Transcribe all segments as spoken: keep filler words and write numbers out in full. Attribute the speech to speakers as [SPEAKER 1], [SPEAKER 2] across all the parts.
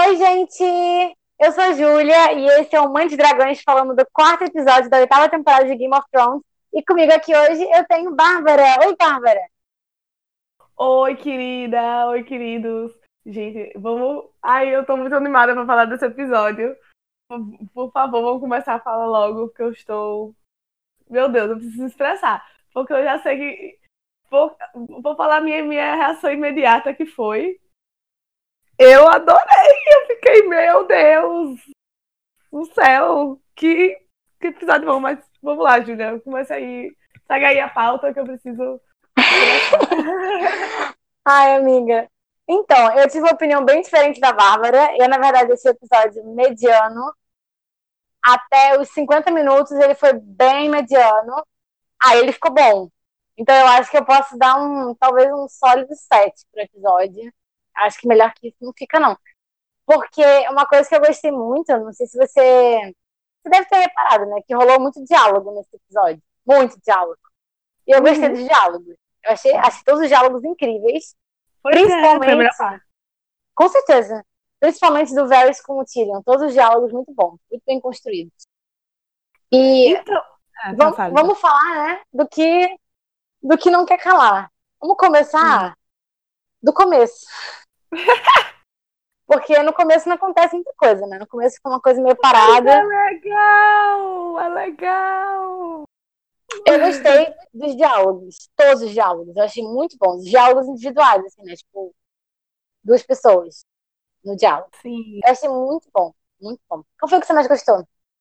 [SPEAKER 1] Oi, gente! Eu sou a Júlia e esse é o Mãe de Dragões falando do quarto episódio da oitava temporada de Game of Thrones. E comigo aqui hoje eu tenho Bárbara. Oi, Bárbara!
[SPEAKER 2] Oi, querida! Oi, queridos! Gente, vamos. Ai, eu tô muito animada pra falar desse episódio. Por, por favor, vamos começar a falar logo, porque eu estou. Meu Deus, eu preciso expressar. Porque eu já sei que. Vou, vou falar minha, minha reação imediata que foi. Eu adorei! Eu fiquei, meu Deus! No céu! Que, que episódio bom! Mas vamos lá, Júlia. Começa aí. Segue aí a pauta que eu preciso expressar.
[SPEAKER 1] Ai, amiga. Então, eu tive uma opinião bem diferente da Bárbara. Eu, na verdade, esse episódio mediano, até os cinquenta minutos, ele foi bem mediano. Aí ele ficou bom. Então eu acho que eu posso dar um, talvez um sólido sete pro episódio. Acho que melhor que isso não fica, não. Porque uma coisa que eu gostei muito, não sei se você. Você deve ter reparado, né? Que rolou muito diálogo nesse episódio. Muito diálogo. E eu gostei
[SPEAKER 2] Uhum.
[SPEAKER 1] dos diálogos. Eu achei, achei todos os diálogos incríveis.
[SPEAKER 2] Pois é, foi a
[SPEAKER 1] Principalmente,
[SPEAKER 2] melhor parte.
[SPEAKER 1] com certeza. Principalmente do Varys com o Tyrion. Todos os diálogos muito bons, muito bem construídos. E
[SPEAKER 2] Então, ah, tá,
[SPEAKER 1] vamos,
[SPEAKER 2] fala, então.
[SPEAKER 1] vamos falar, né? Do que, do que não quer calar. Vamos
[SPEAKER 2] Hum.
[SPEAKER 1] começar do começo. Porque no começo não acontece muita coisa, né? No começo fica uma coisa meio
[SPEAKER 2] Mas é
[SPEAKER 1] parada.
[SPEAKER 2] legal, é legal.
[SPEAKER 1] Eu gostei dos diálogos, todos os diálogos, eu achei muito bons. Os diálogos individuais, assim, né? Tipo, duas pessoas no diálogo.
[SPEAKER 2] Sim.
[SPEAKER 1] Eu achei muito bom, muito bom. Qual foi o que você mais gostou?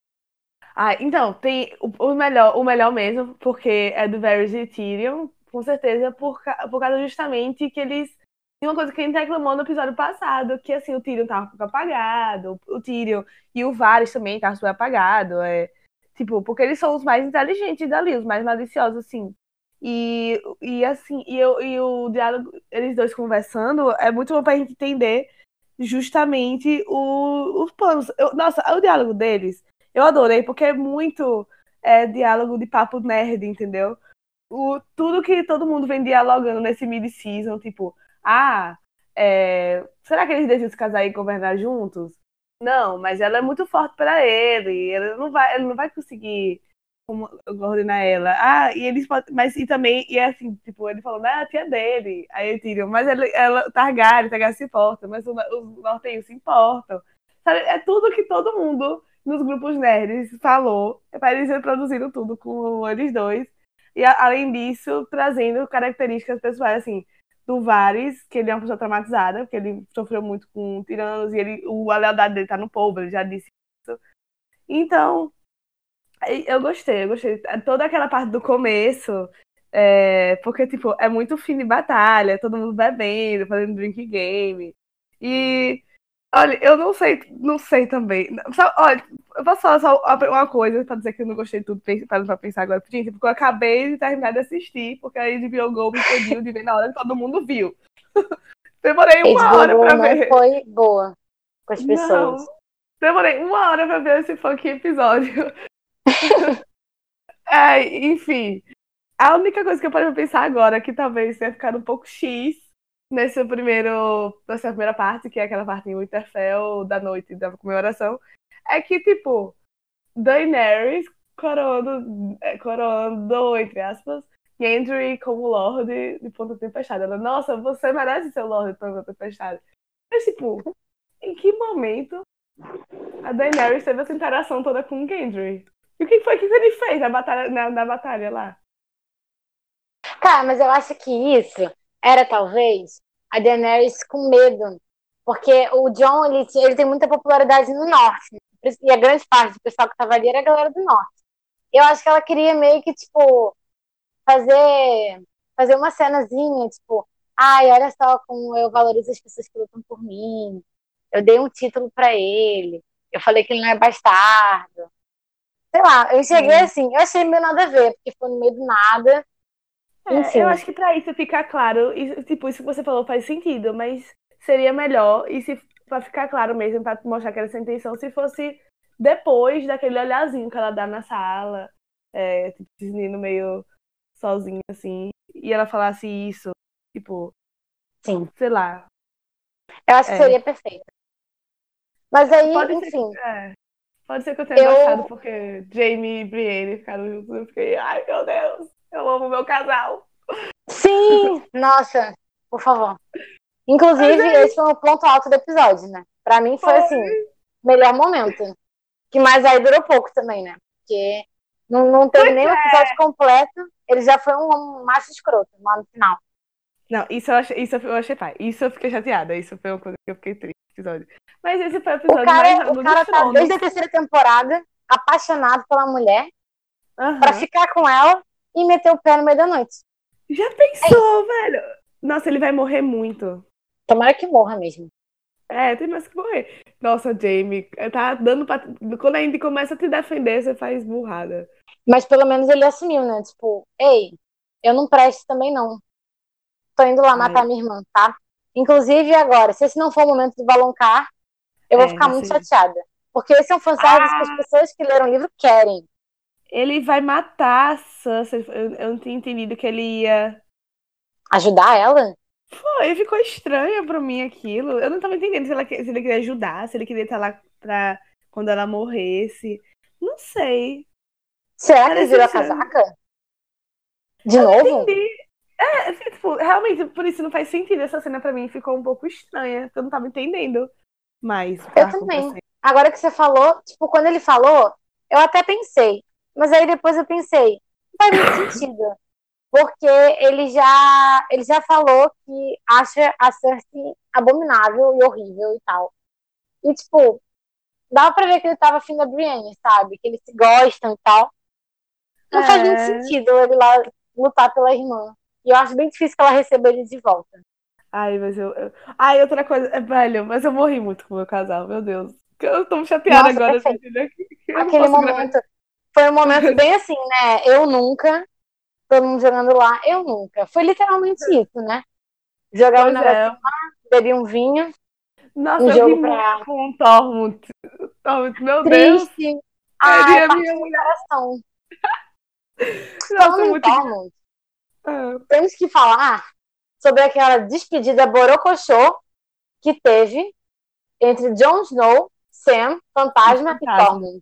[SPEAKER 2] Ah, então, tem o, o melhor, o melhor mesmo, porque é do Varys e Tyrion, com certeza, por, ca- por causa justamente que eles. Tem uma coisa que a gente reclamou no episódio passado, que assim, o Tyrion tava um pouco apagado, o Tyrion e o Varys também tava super apagado. É, tipo, porque eles são os mais inteligentes dali, os mais maliciosos, assim. E, e assim, e, eu, e o diálogo, eles dois conversando, é muito bom pra gente entender justamente o, os planos. Eu- nossa, o diálogo deles. Eu adorei, porque é muito é, diálogo de papo nerd, entendeu? O, tudo que todo mundo vem dialogando nesse mid-season, tipo, ah, é, será que eles deviam se casar e governar juntos? Não, mas ela é muito forte para ele, ele não vai, ele não vai conseguir como- coordenar ela. Ah, e eles podem, mas e também, e é assim, tipo, ele falou, ah, a tia dele, aí eu tiro, mas ele, ela, Targaryen, Targaryen se importa, mas os, os nortenhos se importam. Sabe, é tudo que todo mundo nos grupos nerds falou, para eles reproduzindo tudo com eles dois. E a, além disso, trazendo características pessoais, assim, do Varys, que ele é uma pessoa traumatizada, porque ele sofreu muito com tiranos e ele, o, a lealdade dele tá no povo, ele já disse isso. Então, eu gostei, eu gostei. Toda aquela parte do começo, é, porque, tipo, é muito fim de batalha, todo mundo bebendo, fazendo drink game. E olha, eu não sei, não sei também. Só, olha, eu posso falar só uma coisa pra dizer que eu não gostei de tudo, parando pra pensar agora. Gente, porque eu acabei de terminar de assistir, porque a H B O Go me impediu de ver na hora que todo mundo viu. Demorei uma
[SPEAKER 1] H B O
[SPEAKER 2] hora
[SPEAKER 1] Go
[SPEAKER 2] pra
[SPEAKER 1] não
[SPEAKER 2] ver.
[SPEAKER 1] foi boa com as pessoas.
[SPEAKER 2] Não. Demorei uma hora pra ver esse funk episódio. É, enfim. A única coisa que eu parei pra pensar agora, que talvez tenha ficado um pouco X nesse primeiro, nessa primeira parte, que é aquela parte em Winterfell, da noite da comemoração, é que, tipo, Daenerys coroando, é, coroando, entre aspas, Gendry como Lorde de Ponta Tempestade. Ela, nossa, você merece ser o Lorde de Ponta Tempestade. Mas, tipo, em que momento a Daenerys teve essa interação toda com o Gendry? E o que foi que ele fez na batalha, na, na batalha lá?
[SPEAKER 1] Cara, mas eu acho que isso era talvez a Daenerys com medo. Porque o Jon, ele, ele tem muita popularidade no norte, né? E a grande parte do pessoal que tava ali era a galera do norte. Eu acho que ela queria meio que, tipo, fazer, fazer uma cenazinha, tipo, ai, olha só como eu valorizo as pessoas que lutam por mim. Eu dei um título pra ele. Eu falei que ele não é bastardo. Sei lá, eu cheguei
[SPEAKER 2] Sim.
[SPEAKER 1] assim, eu achei meio nada a ver, porque foi no meio do nada.
[SPEAKER 2] É, eu
[SPEAKER 1] Enfim,
[SPEAKER 2] acho que pra isso ficar claro, isso, tipo, isso que você falou faz sentido, mas seria melhor, e se pra ficar claro mesmo, pra mostrar que era essa intenção, se fosse depois daquele olhazinho que ela dá na sala, é, tipo, Disney meio sozinha, assim, e ela falasse isso, tipo,
[SPEAKER 1] sim.
[SPEAKER 2] sei lá,
[SPEAKER 1] Eu acho que
[SPEAKER 2] é,
[SPEAKER 1] seria perfeito. Mas aí,
[SPEAKER 2] Pode ser,
[SPEAKER 1] enfim,
[SPEAKER 2] é, pode ser que eu tenha gostado,
[SPEAKER 1] eu.
[SPEAKER 2] porque Jamie e Brienne ficaram juntos. Eu fiquei, ai meu Deus, eu amo meu casal.
[SPEAKER 1] Sim! Nossa, por favor.
[SPEAKER 2] Mas
[SPEAKER 1] Inclusive,
[SPEAKER 2] é
[SPEAKER 1] esse foi o ponto alto do episódio, né? Pra mim foi
[SPEAKER 2] foi.
[SPEAKER 1] assim, melhor momento. Que mais aí durou pouco também, né? Porque não, não teve
[SPEAKER 2] Pois
[SPEAKER 1] nem o
[SPEAKER 2] é.
[SPEAKER 1] episódio completo, ele já foi um, um macho escroto lá no final.
[SPEAKER 2] Não, isso eu achei, isso eu achei pai. Isso eu fiquei chateada. Isso foi uma coisa que eu fiquei triste no episódio. Mas esse foi o
[SPEAKER 1] O
[SPEAKER 2] episódio mais
[SPEAKER 1] cara, o
[SPEAKER 2] Jogo dos
[SPEAKER 1] cara tá
[SPEAKER 2] Tronos.
[SPEAKER 1] desde a terceira temporada apaixonado pela mulher pra
[SPEAKER 2] Aham.
[SPEAKER 1] ficar com ela e meter o pé no meio da noite.
[SPEAKER 2] Já
[SPEAKER 1] É isso.
[SPEAKER 2] pensou, velho? Nossa, ele vai morrer muito.
[SPEAKER 1] Tomara que morra mesmo.
[SPEAKER 2] É, tem mais que morrer. Nossa, Jamie, tá dando pra. Quando a gente começa a te defender, você faz burrada.
[SPEAKER 1] Mas pelo menos ele assumiu, né? Tipo, ei, eu não presto também não. Tô indo lá
[SPEAKER 2] Ai,
[SPEAKER 1] matar minha irmã, tá? Inclusive agora, se esse não for o momento de Valonqar, eu vou
[SPEAKER 2] é,
[SPEAKER 1] ficar muito
[SPEAKER 2] assim.
[SPEAKER 1] chateada. Porque esse é um fanservice que as
[SPEAKER 2] Ah,
[SPEAKER 1] pessoas que leram o livro querem.
[SPEAKER 2] ele vai matar a Sansa. Eu, eu não tinha entendido que ele ia.
[SPEAKER 1] Ajudar ela?
[SPEAKER 2] Foi, ficou estranho pra mim aquilo. Eu não tava entendendo se, ela, que- se ele queria ajudar, se ele queria estar lá pra quando ela morresse. Não sei.
[SPEAKER 1] Será que ele
[SPEAKER 2] Parecia
[SPEAKER 1] virou a
[SPEAKER 2] estranho.
[SPEAKER 1] casaca? De
[SPEAKER 2] Eu não
[SPEAKER 1] novo?
[SPEAKER 2] entendi. É, assim, tipo, realmente, por isso não faz sentido. Essa cena pra mim ficou um pouco estranha, porque eu não tava entendendo mais o que
[SPEAKER 1] Eu
[SPEAKER 2] tava
[SPEAKER 1] também.
[SPEAKER 2] acontecendo.
[SPEAKER 1] Agora que você falou, tipo, quando ele falou, eu até pensei. Mas aí depois eu pensei, não faz muito sentido. Porque ele já, ele já falou que acha a Cersei abominável e horrível e tal. E, tipo, dava pra ver que ele tava afim da Brienne, sabe? Que eles se gostam e tal. Não faz muito
[SPEAKER 2] É.
[SPEAKER 1] sentido ele lá lutar pela irmã. E eu acho bem difícil que ela receba ele de volta.
[SPEAKER 2] Ai, mas eu. eu... Ai, outra coisa. É, velho, mas eu morri muito com o meu casal, meu Deus. Eu tô chateada
[SPEAKER 1] Nossa,
[SPEAKER 2] agora,
[SPEAKER 1] perfeito.
[SPEAKER 2] Virginia, que eu não
[SPEAKER 1] Aquele
[SPEAKER 2] posso gravar.
[SPEAKER 1] momento foi um momento bem assim, né? Eu nunca, todo mundo jogando lá, eu nunca. Foi literalmente isso, né? Jogava um
[SPEAKER 2] Pois é.
[SPEAKER 1] negocinho lá, bebia um vinho, um
[SPEAKER 2] Nossa, eu ri
[SPEAKER 1] jogo
[SPEAKER 2] muito
[SPEAKER 1] pra
[SPEAKER 2] com o Tormund. Tormund, meu Deus,
[SPEAKER 1] triste.
[SPEAKER 2] ele
[SPEAKER 1] Ai,
[SPEAKER 2] é minha
[SPEAKER 1] partiu meu
[SPEAKER 2] mulher.
[SPEAKER 1] coração.
[SPEAKER 2] Nossa,
[SPEAKER 1] Falando em
[SPEAKER 2] muito engraçado.
[SPEAKER 1] Tormund, temos que falar sobre aquela despedida borocochô que teve entre Jon Snow, Sam,
[SPEAKER 2] E
[SPEAKER 1] Fantasma e
[SPEAKER 2] fantasma.
[SPEAKER 1] Tormund.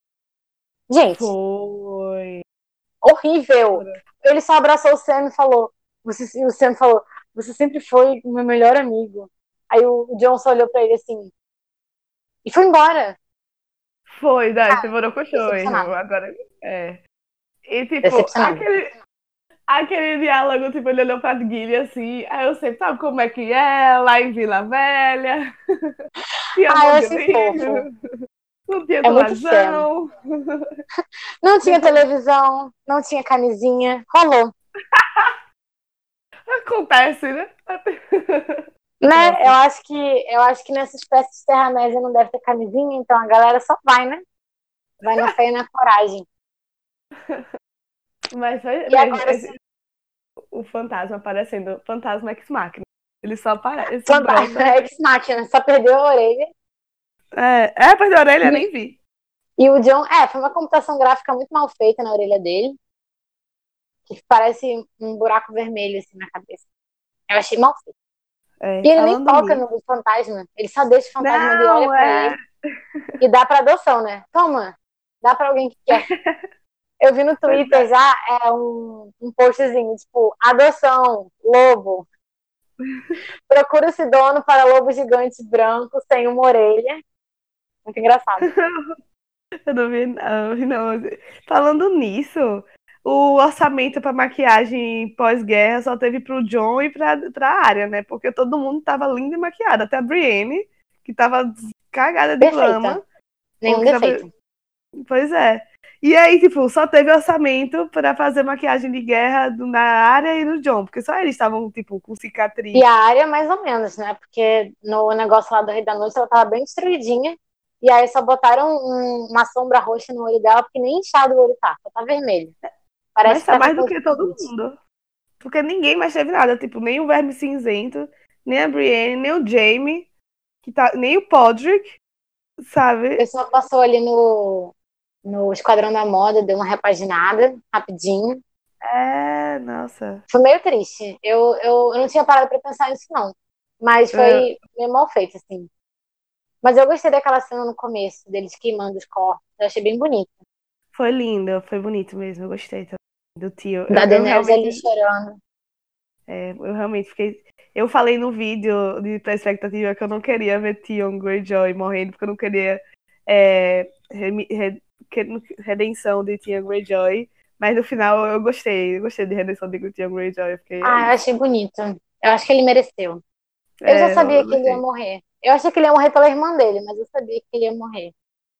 [SPEAKER 1] Gente,
[SPEAKER 2] Foi.
[SPEAKER 1] horrível. Ele só abraçou o Sam e falou, você, o Sam falou, você sempre foi o meu melhor amigo. Aí o Jon só olhou pra ele assim e foi embora.
[SPEAKER 2] Foi, Dai, você morou com o show, hein?
[SPEAKER 1] Decepcionado.
[SPEAKER 2] Agora. É. E tipo,
[SPEAKER 1] Decepcionado.
[SPEAKER 2] aquele, aquele diálogo, tipo, ele olhou pra Guilherme assim, aí eu sempre, sabe como é que é, lá em Vila Velha, tinha
[SPEAKER 1] Ah, eu
[SPEAKER 2] mão de
[SPEAKER 1] achei fofo.
[SPEAKER 2] livro, não tinha
[SPEAKER 1] É muito Sam.
[SPEAKER 2] televisão.
[SPEAKER 1] Não tinha televisão, não tinha camisinha. Rolou.
[SPEAKER 2] Acontece, né?
[SPEAKER 1] Né? Eu
[SPEAKER 2] Nossa,
[SPEAKER 1] acho que eu acho que nessas festas de Terra-média não deve ter camisinha, então a galera só vai, né? Vai na fé e na coragem.
[SPEAKER 2] mas foi
[SPEAKER 1] E
[SPEAKER 2] mesmo,
[SPEAKER 1] agora
[SPEAKER 2] esse, o fantasma aparecendo, fantasma ex-máquina. Ele só aparece,
[SPEAKER 1] Fantasma
[SPEAKER 2] brota.
[SPEAKER 1] Ex Machina só perdeu a orelha.
[SPEAKER 2] É, é perdeu a orelha,
[SPEAKER 1] E,
[SPEAKER 2] nem vi.
[SPEAKER 1] e o John, é, foi uma computação gráfica muito mal feita na orelha dele, que parece um buraco vermelho assim na cabeça. Eu achei mal feito.
[SPEAKER 2] É,
[SPEAKER 1] E ele nem
[SPEAKER 2] falando
[SPEAKER 1] toca
[SPEAKER 2] nisso.
[SPEAKER 1] no fantasma, ele só deixa o fantasma ali, olha
[SPEAKER 2] Não,
[SPEAKER 1] pra
[SPEAKER 2] é.
[SPEAKER 1] ele e dá pra adoção, né? Toma, dá pra alguém que quer. Eu vi no
[SPEAKER 2] Pois
[SPEAKER 1] Twitter já é um, um postzinho, tipo, adoção, lobo. Procura-se dono para lobo gigante branco sem uma orelha. Muito engraçado.
[SPEAKER 2] Eu não vi, não, não. Falando nisso, o orçamento para maquiagem pós-guerra só teve pro John e pra, pra Arya, né? Porque todo mundo tava lindo e maquiado. Até a Brienne, que tava cagada de
[SPEAKER 1] Perfeita.
[SPEAKER 2] lama.
[SPEAKER 1] Nenhum
[SPEAKER 2] Porque tava...
[SPEAKER 1] defeito.
[SPEAKER 2] Pois é. E aí, tipo, só teve orçamento para fazer maquiagem de guerra do- na Arya e no John. Porque só eles estavam, tipo, com cicatriz.
[SPEAKER 1] E a área, mais ou menos, né? Porque no negócio lá do Rei da Noite ela tava bem destruidinha. E aí só botaram um- uma sombra roxa no olho dela, porque nem inchado o olho tá, só tá vermelho. Parece
[SPEAKER 2] Mas
[SPEAKER 1] que
[SPEAKER 2] tá
[SPEAKER 1] tá com
[SPEAKER 2] mais do que todo
[SPEAKER 1] conjuntivite.
[SPEAKER 2] mundo. Porque ninguém mais teve nada. Tipo, nem o Verme Cinzento, nem a Brienne, nem o Jaime, que tá, nem o Podrick,
[SPEAKER 1] O
[SPEAKER 2] sabe?
[SPEAKER 1] pessoal passou ali no, no Esquadrão da Moda, deu uma repaginada, rapidinho.
[SPEAKER 2] É, nossa.
[SPEAKER 1] Foi meio triste. Eu, eu, eu não tinha parado pra pensar nisso, não. Mas
[SPEAKER 2] É,
[SPEAKER 1] foi meio mal feito, assim. Mas eu gostei daquela cena no começo, deles queimando os corpos. Eu achei bem bonito.
[SPEAKER 2] Foi lindo, foi bonito mesmo. Eu gostei também do tio.
[SPEAKER 1] Da
[SPEAKER 2] Eu, eu
[SPEAKER 1] Daenerys
[SPEAKER 2] realmente.
[SPEAKER 1] ali chorando.
[SPEAKER 2] É, eu realmente fiquei. Eu falei no vídeo de pré-expectativa que eu não queria ver Theon Greyjoy morrendo, porque eu não queria é, remi- re- que- redenção de Theon Greyjoy. Mas no final eu gostei. Eu gostei de redenção de Theon Greyjoy. Eu fiquei, é
[SPEAKER 1] Ah, eu
[SPEAKER 2] isso.
[SPEAKER 1] achei bonito. Eu acho que ele mereceu. Eu já
[SPEAKER 2] É, eu,
[SPEAKER 1] sabia
[SPEAKER 2] eu
[SPEAKER 1] que ele ia
[SPEAKER 2] gostei.
[SPEAKER 1] morrer. Eu achei que ele ia morrer pela irmã dele, mas eu sabia que ele ia morrer.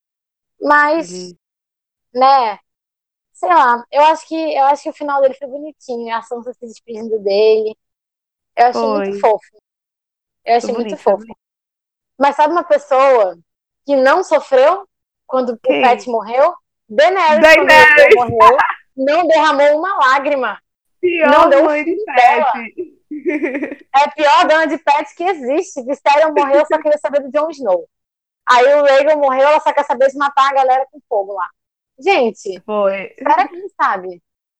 [SPEAKER 1] Mas,
[SPEAKER 2] Ele
[SPEAKER 1] né, sei lá, eu acho que eu acho que o final dele foi bonitinho, a Sansa se despedindo dele. Eu achei muito
[SPEAKER 2] foi.
[SPEAKER 1] fofo. Eu
[SPEAKER 2] Foi
[SPEAKER 1] achei muito
[SPEAKER 2] bonito, foi
[SPEAKER 1] fofo.
[SPEAKER 2] bonito.
[SPEAKER 1] Mas sabe uma pessoa que não sofreu quando o Pet
[SPEAKER 2] Quem?
[SPEAKER 1] morreu? Daenerys, quando o Rhaegar
[SPEAKER 2] Daenerys!
[SPEAKER 1] morreu, não derramou uma lágrima. Não
[SPEAKER 2] Pior
[SPEAKER 1] deu o
[SPEAKER 2] mãe de
[SPEAKER 1] fim dela.
[SPEAKER 2] Pet.
[SPEAKER 1] É a pior dona de Pet que existe. Viserion morreu, só queria saber do Jon Snow. Aí o Rhaegar morreu, ela só quer saber de matar a galera com fogo lá. Gente,
[SPEAKER 2] Foi.
[SPEAKER 1] espera quem sabe.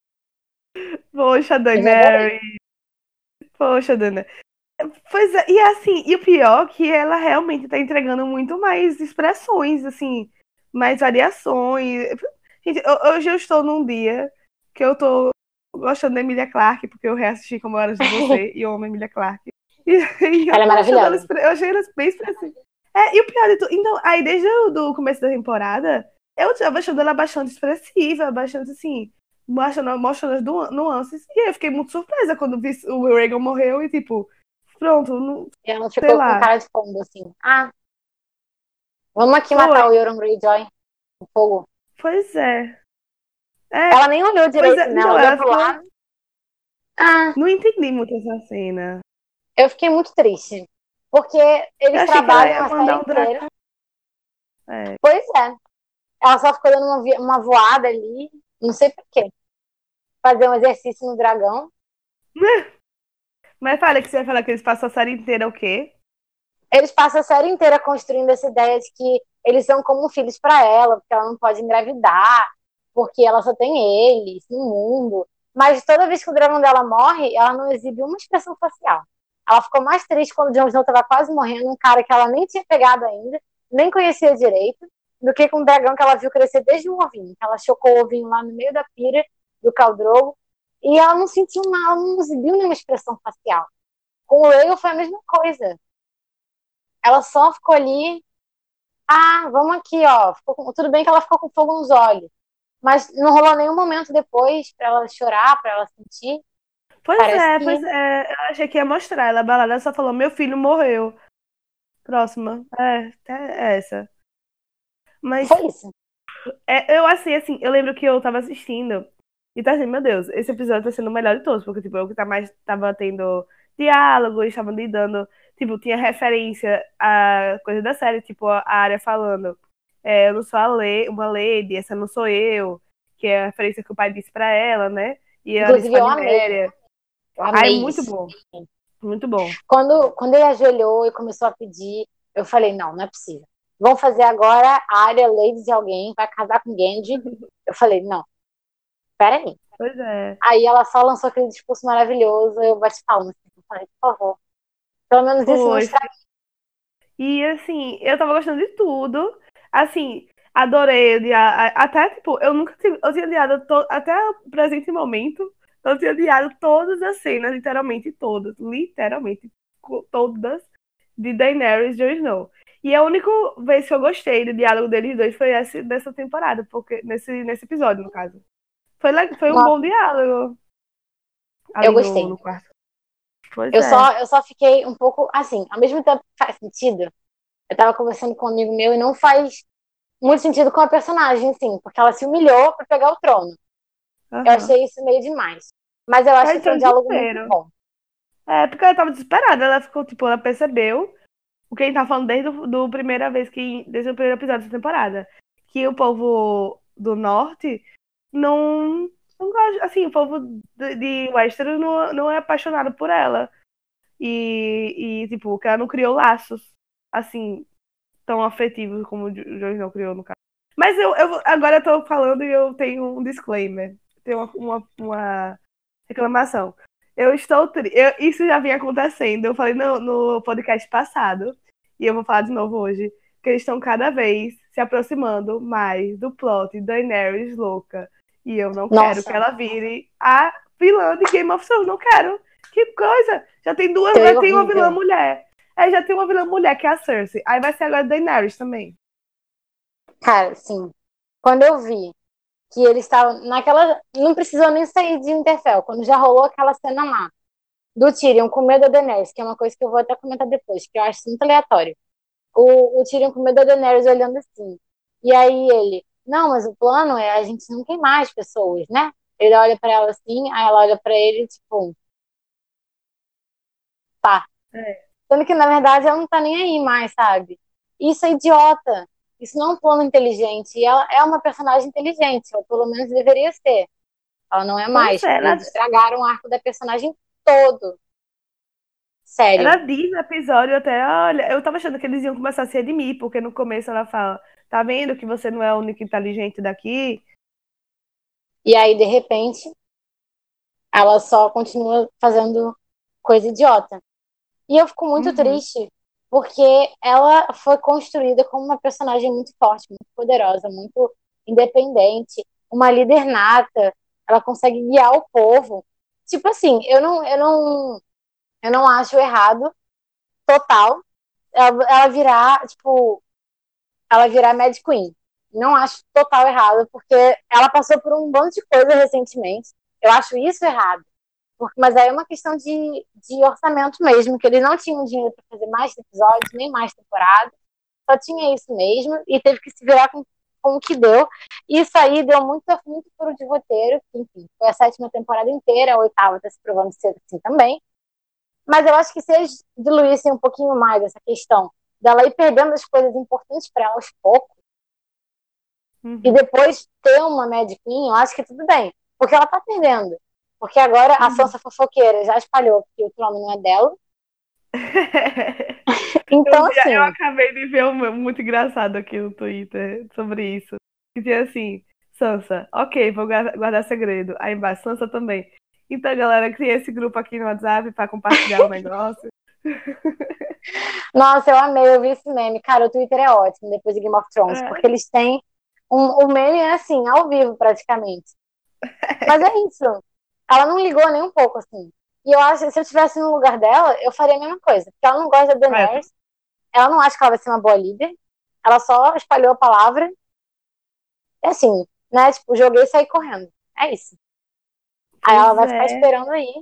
[SPEAKER 2] Poxa,
[SPEAKER 1] Mas eu adorei.
[SPEAKER 2] Daenerys. Poxa, Daenerys. Pois é, e assim, e o pior é que ela realmente tá entregando muito mais expressões, assim, mais variações. Gente, eu- hoje eu estou num dia que eu tô gostando da Emilia Clarke, porque eu reassisti Como Horas de Você e eu amo a Emilia Clarke. E, e eu
[SPEAKER 1] Ela é
[SPEAKER 2] tô achando ela,
[SPEAKER 1] maravilhosa.
[SPEAKER 2] expre- eu achei ela bem expressiva. É, e o pior de tudo, então, aí desde o do começo da temporada, eu tava achando ela bastante expressiva, bastante assim, mostrando, mostrando as nu- nuances. E aí eu fiquei muito surpresa quando vi o Reagan morreu e tipo, pronto, não,
[SPEAKER 1] E ela
[SPEAKER 2] sei
[SPEAKER 1] ficou com
[SPEAKER 2] lá.
[SPEAKER 1] cara de pombo, assim. Ah, vamos aqui
[SPEAKER 2] Foi,
[SPEAKER 1] matar o Euron Greyjoy com fogo.
[SPEAKER 2] pois é. É,
[SPEAKER 1] Ela nem olhou
[SPEAKER 2] pois
[SPEAKER 1] direito,
[SPEAKER 2] é,
[SPEAKER 1] né? Ela
[SPEAKER 2] então,
[SPEAKER 1] olhou
[SPEAKER 2] ela
[SPEAKER 1] pro
[SPEAKER 2] ficou.
[SPEAKER 1] lado. Ah,
[SPEAKER 2] Não entendi muito essa cena.
[SPEAKER 1] eu fiquei muito triste. Porque
[SPEAKER 2] Eu
[SPEAKER 1] eles
[SPEAKER 2] achei que ela
[SPEAKER 1] trabalham
[SPEAKER 2] ia
[SPEAKER 1] a série
[SPEAKER 2] mandar um
[SPEAKER 1] inteira.
[SPEAKER 2] dragão. É.
[SPEAKER 1] Pois é. Ela só ficou dando uma, vi- uma voada ali. Não sei por quê. Fazer um exercício no dragão.
[SPEAKER 2] Mas fala que você vai falar que eles passam a série inteira o quê?
[SPEAKER 1] Eles passam a série inteira construindo essa ideia de que eles são como filhos para ela, porque ela não pode engravidar, porque ela só tem eles no mundo. Mas toda vez que o dragão dela morre, ela não exibe uma expressão facial. Ela ficou mais triste quando o Jon Snow estava quase morrendo, um cara que ela nem tinha pegado ainda, nem conhecia direito, do que com um dragão que ela viu crescer desde o ovinho. Ela chocou o ovinho lá no meio da pira do Khal Drogo, e ela não sentiu nada, ela não exibiu nenhuma expressão facial. Com o Rhaegal foi a mesma coisa. Ela só ficou ali. Ah, vamos aqui, ó. Ficou com... Tudo bem que ela ficou com fogo nos olhos, mas não rolou nenhum momento depois pra ela chorar, pra ela sentir.
[SPEAKER 2] Pois
[SPEAKER 1] Parece
[SPEAKER 2] é,
[SPEAKER 1] que
[SPEAKER 2] pois é. Eu achei que ia mostrar. Ela balada só falou: meu filho morreu. Próxima. É, é essa. Mas
[SPEAKER 1] foi isso.
[SPEAKER 2] é, eu assim, assim, eu lembro que eu tava assistindo e tá assim, meu Deus, esse episódio tá sendo o melhor de todos, porque, tipo, eu que tá mais, tava tendo diálogos, estavam lidando, tipo, tinha referência a coisa da série, tipo, a Arya falando, é, eu não sou a le uma lady, essa não sou eu, que é a referência que o pai disse pra ela, né? E a Alice
[SPEAKER 1] Inclusive, eu amei.
[SPEAKER 2] Méria.
[SPEAKER 1] Eu
[SPEAKER 2] Ai,
[SPEAKER 1] amei
[SPEAKER 2] muito
[SPEAKER 1] isso.
[SPEAKER 2] bom, muito bom.
[SPEAKER 1] Quando, quando ele ajoelhou e começou a pedir, eu falei, não, não é possível. Vão fazer agora a área Lady de alguém, vai casar com Genji. Eu falei, não, peraí.
[SPEAKER 2] Pois é.
[SPEAKER 1] Aí ela só lançou aquele discurso maravilhoso, eu bati palmas. Assim, eu falei, por favor. Pelo menos isso não
[SPEAKER 2] Foi,
[SPEAKER 1] estraga.
[SPEAKER 2] e assim, eu tava gostando de tudo. Assim, adorei odiar. Até, tipo, eu nunca tive. Eu tinha odiado to- até o presente momento. Eu tinha odiado todas as cenas, literalmente todas. Literalmente co- todas de Daenerys e Jon Snow. E a única vez que eu gostei do diálogo deles dois foi essa dessa temporada, porque nesse, nesse episódio, no caso. Foi, le- foi um bom
[SPEAKER 1] Nossa,
[SPEAKER 2] diálogo
[SPEAKER 1] eu
[SPEAKER 2] ali no,
[SPEAKER 1] gostei.
[SPEAKER 2] no quarto. Pois
[SPEAKER 1] Eu
[SPEAKER 2] é.
[SPEAKER 1] só, eu só fiquei um pouco assim, ao mesmo tempo que faz sentido, eu tava conversando com um amigo meu e não faz muito sentido com a personagem, assim, porque ela se humilhou pra pegar o trono. Eu
[SPEAKER 2] Aham.
[SPEAKER 1] achei isso meio demais. Mas eu acho
[SPEAKER 2] Ela
[SPEAKER 1] que foi
[SPEAKER 2] entrou
[SPEAKER 1] um
[SPEAKER 2] em
[SPEAKER 1] diálogo muito
[SPEAKER 2] desespero.
[SPEAKER 1] bom.
[SPEAKER 2] É, porque ela tava desesperada. Ela ficou, tipo, ela percebeu o que a gente tá falando desde o do primeira vez que, desde o primeiro episódio da temporada. Que o povo do norte não, não gosta, assim, o povo de, de Westeros não, não é apaixonado por ela. E, e, tipo, que ela não criou laços, assim, tão afetivos como o Jon Snow criou, no caso. Mas eu, eu agora eu tô falando e eu tenho um disclaimer. Tenho uma, uma, uma reclamação. Eu estou tri... eu, isso já vinha acontecendo. Eu falei no, no podcast passado, e eu vou falar de novo hoje. que eles estão cada vez se aproximando mais do plot de Daenerys louca. E eu não
[SPEAKER 1] Nossa.
[SPEAKER 2] quero que ela vire a vilã de Game of Thrones. Não quero. Que coisa. Já tem duas,
[SPEAKER 1] Foi
[SPEAKER 2] já tem uma
[SPEAKER 1] horrível.
[SPEAKER 2] vilã mulher. É, já tem uma vilã mulher, que é a Cersei. Aí vai ser agora a Daenerys também.
[SPEAKER 1] Cara, sim. Quando eu vi que eles estavam naquela... Não precisou nem sair de Winterfell. Quando já rolou aquela cena lá do Tyrion com medo da Daenerys, que é uma coisa que eu vou até comentar depois, que eu acho muito aleatório. O, o Tyrion com medo da Daenerys olhando assim. E aí ele... Não, mas o plano é a gente não queimar as pessoas, né? Ele olha pra ela assim, aí ela olha pra ele, tipo... Tá.
[SPEAKER 2] É.
[SPEAKER 1] Sendo que, na verdade, ela não tá nem aí mais, sabe? Isso é idiota. Isso não é um plano inteligente. E ela é uma personagem inteligente, ou pelo menos deveria ser. Ela não é
[SPEAKER 2] Pois
[SPEAKER 1] mais.
[SPEAKER 2] é, ela,
[SPEAKER 1] Eles estragaram o arco da personagem todo.
[SPEAKER 2] ela
[SPEAKER 1] Sério.
[SPEAKER 2] diz no episódio até, olha, eu tava achando que eles iam começar a se redimir, porque no começo ela fala, tá vendo que você não é o único inteligente daqui?
[SPEAKER 1] E aí, de repente, ela só continua fazendo coisa idiota. E eu fico muito
[SPEAKER 2] Uhum.
[SPEAKER 1] triste, porque ela foi construída como uma personagem muito forte, muito poderosa, muito independente, uma líder nata. Ela consegue guiar o povo. Tipo assim, eu não, eu não, eu não acho errado, total, ela, ela virar, tipo, ela virar Mad Queen. Não acho total errado, porque ela passou por um bando de coisa recentemente. Eu acho isso errado. Mas aí é uma questão de, de orçamento mesmo, que eles não tinham dinheiro para fazer mais episódios, nem mais temporadas. Só tinha isso mesmo e teve que se virar com, com o que deu. E isso aí deu muito, muito furo de roteiro. Enfim, foi a sétima temporada inteira, a oitava está se provando ser assim também. Mas eu acho que se eles diluíssem um pouquinho mais essa questão dela ir perdendo as coisas importantes para ela aos poucos,
[SPEAKER 2] Uhum.
[SPEAKER 1] e depois ter uma Mad Queen, eu acho que tudo bem. Porque ela tá perdendo. Porque agora a Sansa fofoqueira já espalhou que o trono não é dela. Então,
[SPEAKER 2] Eu, vi, eu
[SPEAKER 1] assim,
[SPEAKER 2] acabei de ver um muito engraçado aqui no Twitter sobre isso. Que tinha assim, Sansa, ok, vou guarda- guardar segredo. Aí embaixo, Sansa também. Então, galera, criei esse grupo aqui no WhatsApp pra compartilhar o negócio.
[SPEAKER 1] nossa, eu amei, eu vi esse meme. Cara, o Twitter é ótimo depois de Game of Thrones, porque
[SPEAKER 2] É.
[SPEAKER 1] eles têm. Um, o meme é assim, ao vivo praticamente. Mas é isso. Ela não ligou nem um pouco, assim. E eu acho que se eu estivesse no lugar dela, eu faria a mesma coisa. Porque ela não gosta da
[SPEAKER 2] É,
[SPEAKER 1] Daenerys, ela não acha que ela vai ser uma boa líder. Ela só espalhou a palavra. É assim, né? Tipo, joguei e saí correndo. É isso. Aí ela
[SPEAKER 2] pois
[SPEAKER 1] vai ficar
[SPEAKER 2] é.
[SPEAKER 1] esperando aí.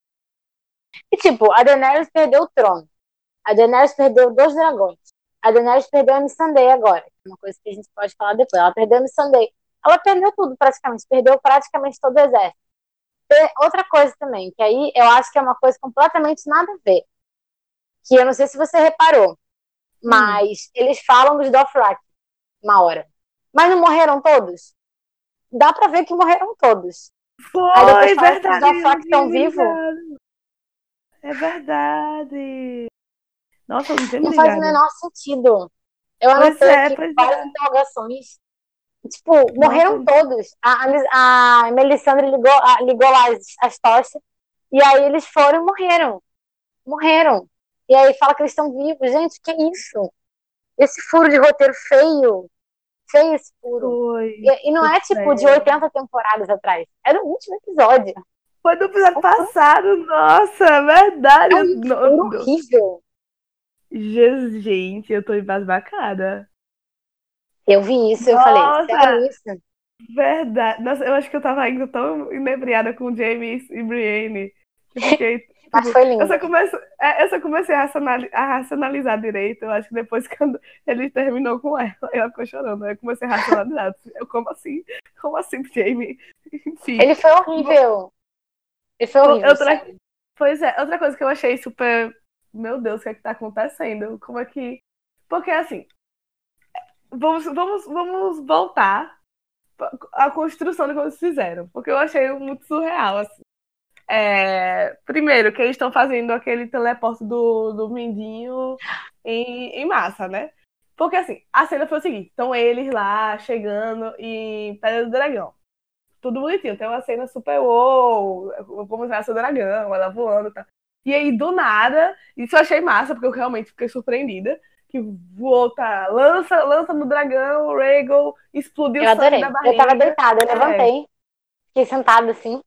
[SPEAKER 1] E tipo, a Daenerys perdeu o trono. A Daenerys perdeu dois dragões. A Daenerys perdeu a Missandei agora. Uma coisa que a gente pode falar depois. Ela perdeu a Missandei. Ela perdeu tudo praticamente. Perdeu praticamente todo o exército. E outra coisa também, que aí eu acho que é uma coisa completamente nada a ver. Que eu não sei se você reparou,
[SPEAKER 2] Hum.
[SPEAKER 1] mas eles falam dos Dothraki uma hora. Mas não morreram todos? Dá pra ver que morreram todos. Aí depois
[SPEAKER 2] Foi
[SPEAKER 1] fala que os
[SPEAKER 2] verdade, eu não
[SPEAKER 1] Dothraki
[SPEAKER 2] tinha
[SPEAKER 1] estão
[SPEAKER 2] me
[SPEAKER 1] vivos.
[SPEAKER 2] ligado. É verdade. Nossa, eu não tinha me
[SPEAKER 1] Não faz o
[SPEAKER 2] ligado.
[SPEAKER 1] menor sentido. Eu
[SPEAKER 2] Pois
[SPEAKER 1] anotei
[SPEAKER 2] é,
[SPEAKER 1] aqui
[SPEAKER 2] pois
[SPEAKER 1] várias
[SPEAKER 2] é.
[SPEAKER 1] interrogações. Tipo,
[SPEAKER 2] Nossa,
[SPEAKER 1] morreram todos. A, a, a Melisandre ligou, a, ligou lá as, as tochas. E aí eles foram e morreram. Morreram. E aí fala que eles estão vivos. Gente, que isso? Esse furo de roteiro feio. Feio esse furo.
[SPEAKER 2] foi.
[SPEAKER 1] E, e não
[SPEAKER 2] Foi
[SPEAKER 1] é tipo de
[SPEAKER 2] sério.
[SPEAKER 1] oitenta temporadas atrás. É do último episódio.
[SPEAKER 2] Foi do
[SPEAKER 1] É
[SPEAKER 2] episódio
[SPEAKER 1] um furo,
[SPEAKER 2] passado, nossa, é verdade.
[SPEAKER 1] é
[SPEAKER 2] Eu,
[SPEAKER 1] um
[SPEAKER 2] não-
[SPEAKER 1] furo
[SPEAKER 2] não-
[SPEAKER 1] horrível.
[SPEAKER 2] Jesus, gente, eu tô embasbacada.
[SPEAKER 1] Eu vi isso e eu falei, sério
[SPEAKER 2] Nossa,
[SPEAKER 1] isso?
[SPEAKER 2] verdade. Nossa, eu acho que eu tava ainda tão inebriada com James e Brienne. Eu fiquei,
[SPEAKER 1] Mas
[SPEAKER 2] tipo,
[SPEAKER 1] foi
[SPEAKER 2] eu
[SPEAKER 1] lindo.
[SPEAKER 2] só comecei, é, eu só comecei a racionali- a racionalizar direito. Eu acho que depois quando ele terminou com ela, ela ficou chorando. Aí eu comecei a racionalizar. Eu, como assim? Como assim, Jamie? Enfim.
[SPEAKER 1] Ele foi horrível. Ele foi horrível,
[SPEAKER 2] Outra,
[SPEAKER 1] sério.
[SPEAKER 2] pois é, outra coisa que eu achei super. Meu Deus, o que é que tá acontecendo? Como é que. Porque assim, vamos, vamos, vamos voltar à construção de como eles fizeram. Porque eu achei muito surreal, assim. É, primeiro, que eles estão fazendo aquele teleporte do, do Mindinho em, em massa, né? Porque assim, a cena foi o seguinte: estão eles lá chegando em Pedra do Dragão. Tudo bonitinho, tem uma cena super wow, como se fosse o dragão, ela voando e tal. E aí, do nada, isso eu achei massa, porque eu realmente fiquei surpreendida. que voou, tá? Lança, lança no dragão, Rhaegal, explodiu
[SPEAKER 1] Eu
[SPEAKER 2] o sangue
[SPEAKER 1] adorei.
[SPEAKER 2] da barriga.
[SPEAKER 1] Eu tava deitada, eu
[SPEAKER 2] É.
[SPEAKER 1] levantei, fiquei sentada assim.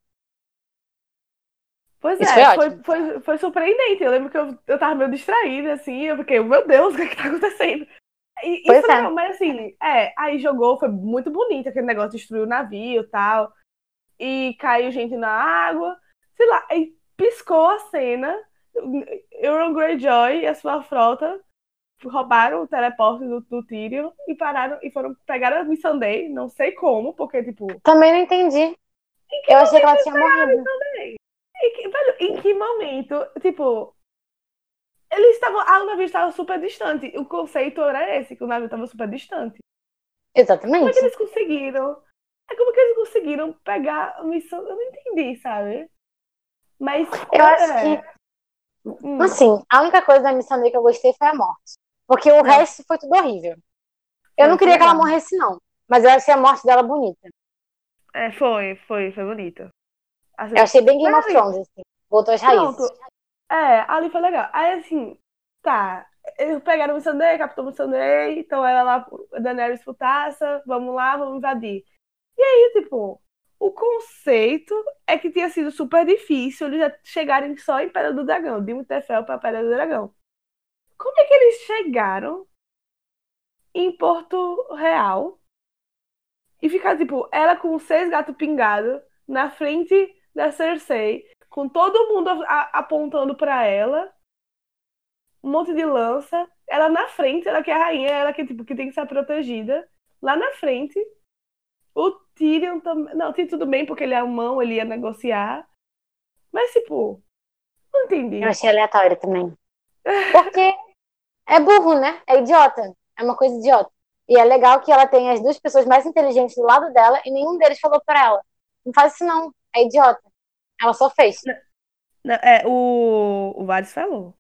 [SPEAKER 2] Pois
[SPEAKER 1] Isso foi
[SPEAKER 2] é, foi,
[SPEAKER 1] ótimo.
[SPEAKER 2] foi, foi surpreendente. Eu lembro que eu, eu tava meio distraída, assim, eu fiquei, meu Deus, o que é que tá acontecendo? E isso
[SPEAKER 1] Pois
[SPEAKER 2] foi
[SPEAKER 1] é.
[SPEAKER 2] legal, mas assim, é, aí jogou, foi muito bonito, aquele negócio destruiu o navio e tal, e caiu gente na água, sei lá, aí piscou a cena, Euron Greyjoy e a sua frota roubaram o teleporte do, do Tyrion e pararam, e foram, pegaram a Missandei, não sei como, porque, tipo,
[SPEAKER 1] Também não entendi.
[SPEAKER 2] em que
[SPEAKER 1] Eu achei que
[SPEAKER 2] momento
[SPEAKER 1] ela
[SPEAKER 2] eles
[SPEAKER 1] tinha
[SPEAKER 2] pegaram a
[SPEAKER 1] morrido.
[SPEAKER 2] Missandei? Em que, velho, em que momento, tipo, eles estavam. Ah, o navio estava super distante. O conceito era esse, que o navio estava super distante. Como é que
[SPEAKER 1] Exatamente.
[SPEAKER 2] eles conseguiram? É como que eles conseguiram pegar a missão? Eu não entendi, sabe? Mas.
[SPEAKER 1] Eu acho que,
[SPEAKER 2] É. Hum,
[SPEAKER 1] assim, a única coisa da missão dele que eu gostei foi a morte. Porque o
[SPEAKER 2] não,
[SPEAKER 1] resto foi tudo horrível. Eu
[SPEAKER 2] foi,
[SPEAKER 1] não
[SPEAKER 2] foi
[SPEAKER 1] queria que ela
[SPEAKER 2] legal.
[SPEAKER 1] morresse, não. Mas eu achei a morte dela bonita.
[SPEAKER 2] É, foi, foi, foi bonito. Assim,
[SPEAKER 1] Eu achei bem Game
[SPEAKER 2] mas
[SPEAKER 1] of
[SPEAKER 2] assim,
[SPEAKER 1] Thrones, assim. Voltou às raízes.
[SPEAKER 2] pronto. É, ali foi legal. Aí assim, tá. Eles pegaram o Missandei, captou o Missandei, então era lá, Daenerys putaça, vamos lá, vamos invadir. E, tipo, o conceito é que tinha sido super difícil eles já chegarem só em Pedra do Dragão, de Winterfell para Pedra do Dragão. Como é que eles chegaram em Porto Real e ficar, tipo, ela com seis gatos pingados na frente da Cersei, com todo mundo a- apontando para ela, um monte de lança, ela na frente, ela que é a rainha, ela que, tipo, que tem que ser protegida, lá na frente. O Tyrion também. Não, tem tudo bem, porque ele é humano, ele ia negociar. Mas, tipo, não
[SPEAKER 1] Eu
[SPEAKER 2] entendi.
[SPEAKER 1] achei aleatório também. Porque é burro, né? É idiota. É uma coisa idiota. E é legal que ela tem as duas pessoas mais inteligentes do lado dela e nenhum deles falou pra ela. Não faz isso não. É idiota. Ela só fez.
[SPEAKER 2] Não, é, o, o Varys falou.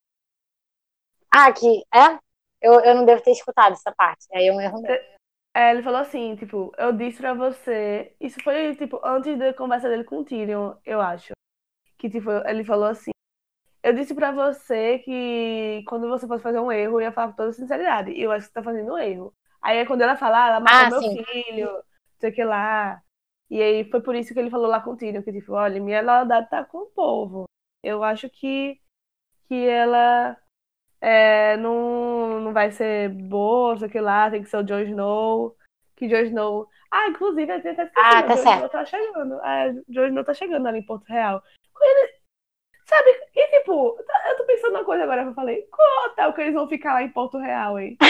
[SPEAKER 1] Ah, aqui, é? Eu, eu não devo ter escutado essa parte. Aí é um erro meu.
[SPEAKER 2] É, ele falou assim, tipo, eu disse pra você. Isso foi, tipo, antes da conversa dele com o Tyrion, eu acho. Que, tipo, ele falou assim. Eu disse pra você que quando você fosse fazer um erro, eu ia falar com toda sinceridade. E eu acho que você tá fazendo um erro. Aí quando ela falar, ah, ela matou
[SPEAKER 1] Ah,
[SPEAKER 2] meu
[SPEAKER 1] sim.
[SPEAKER 2] filho, não sei o que lá. E aí foi por isso que ele falou lá com o Tyrion, que tipo, olha, minha lealdade tá com o povo. Eu acho que, que ela é, não, não vai ser boa, não sei o que lá, tem que ser o Jon Snow. Que Jon Snow. Ah, inclusive, eu tinha até
[SPEAKER 1] Ah,
[SPEAKER 2] esquecido, o
[SPEAKER 1] tá
[SPEAKER 2] Jon Snow
[SPEAKER 1] certo.
[SPEAKER 2] tá chegando. É, o Jon Snow tá chegando ali em Porto Real. Sabe? E tipo, tá- eu tô pensando uma coisa agora que eu falei. Qual hotel que eles vão ficar lá em Porto Real, hein?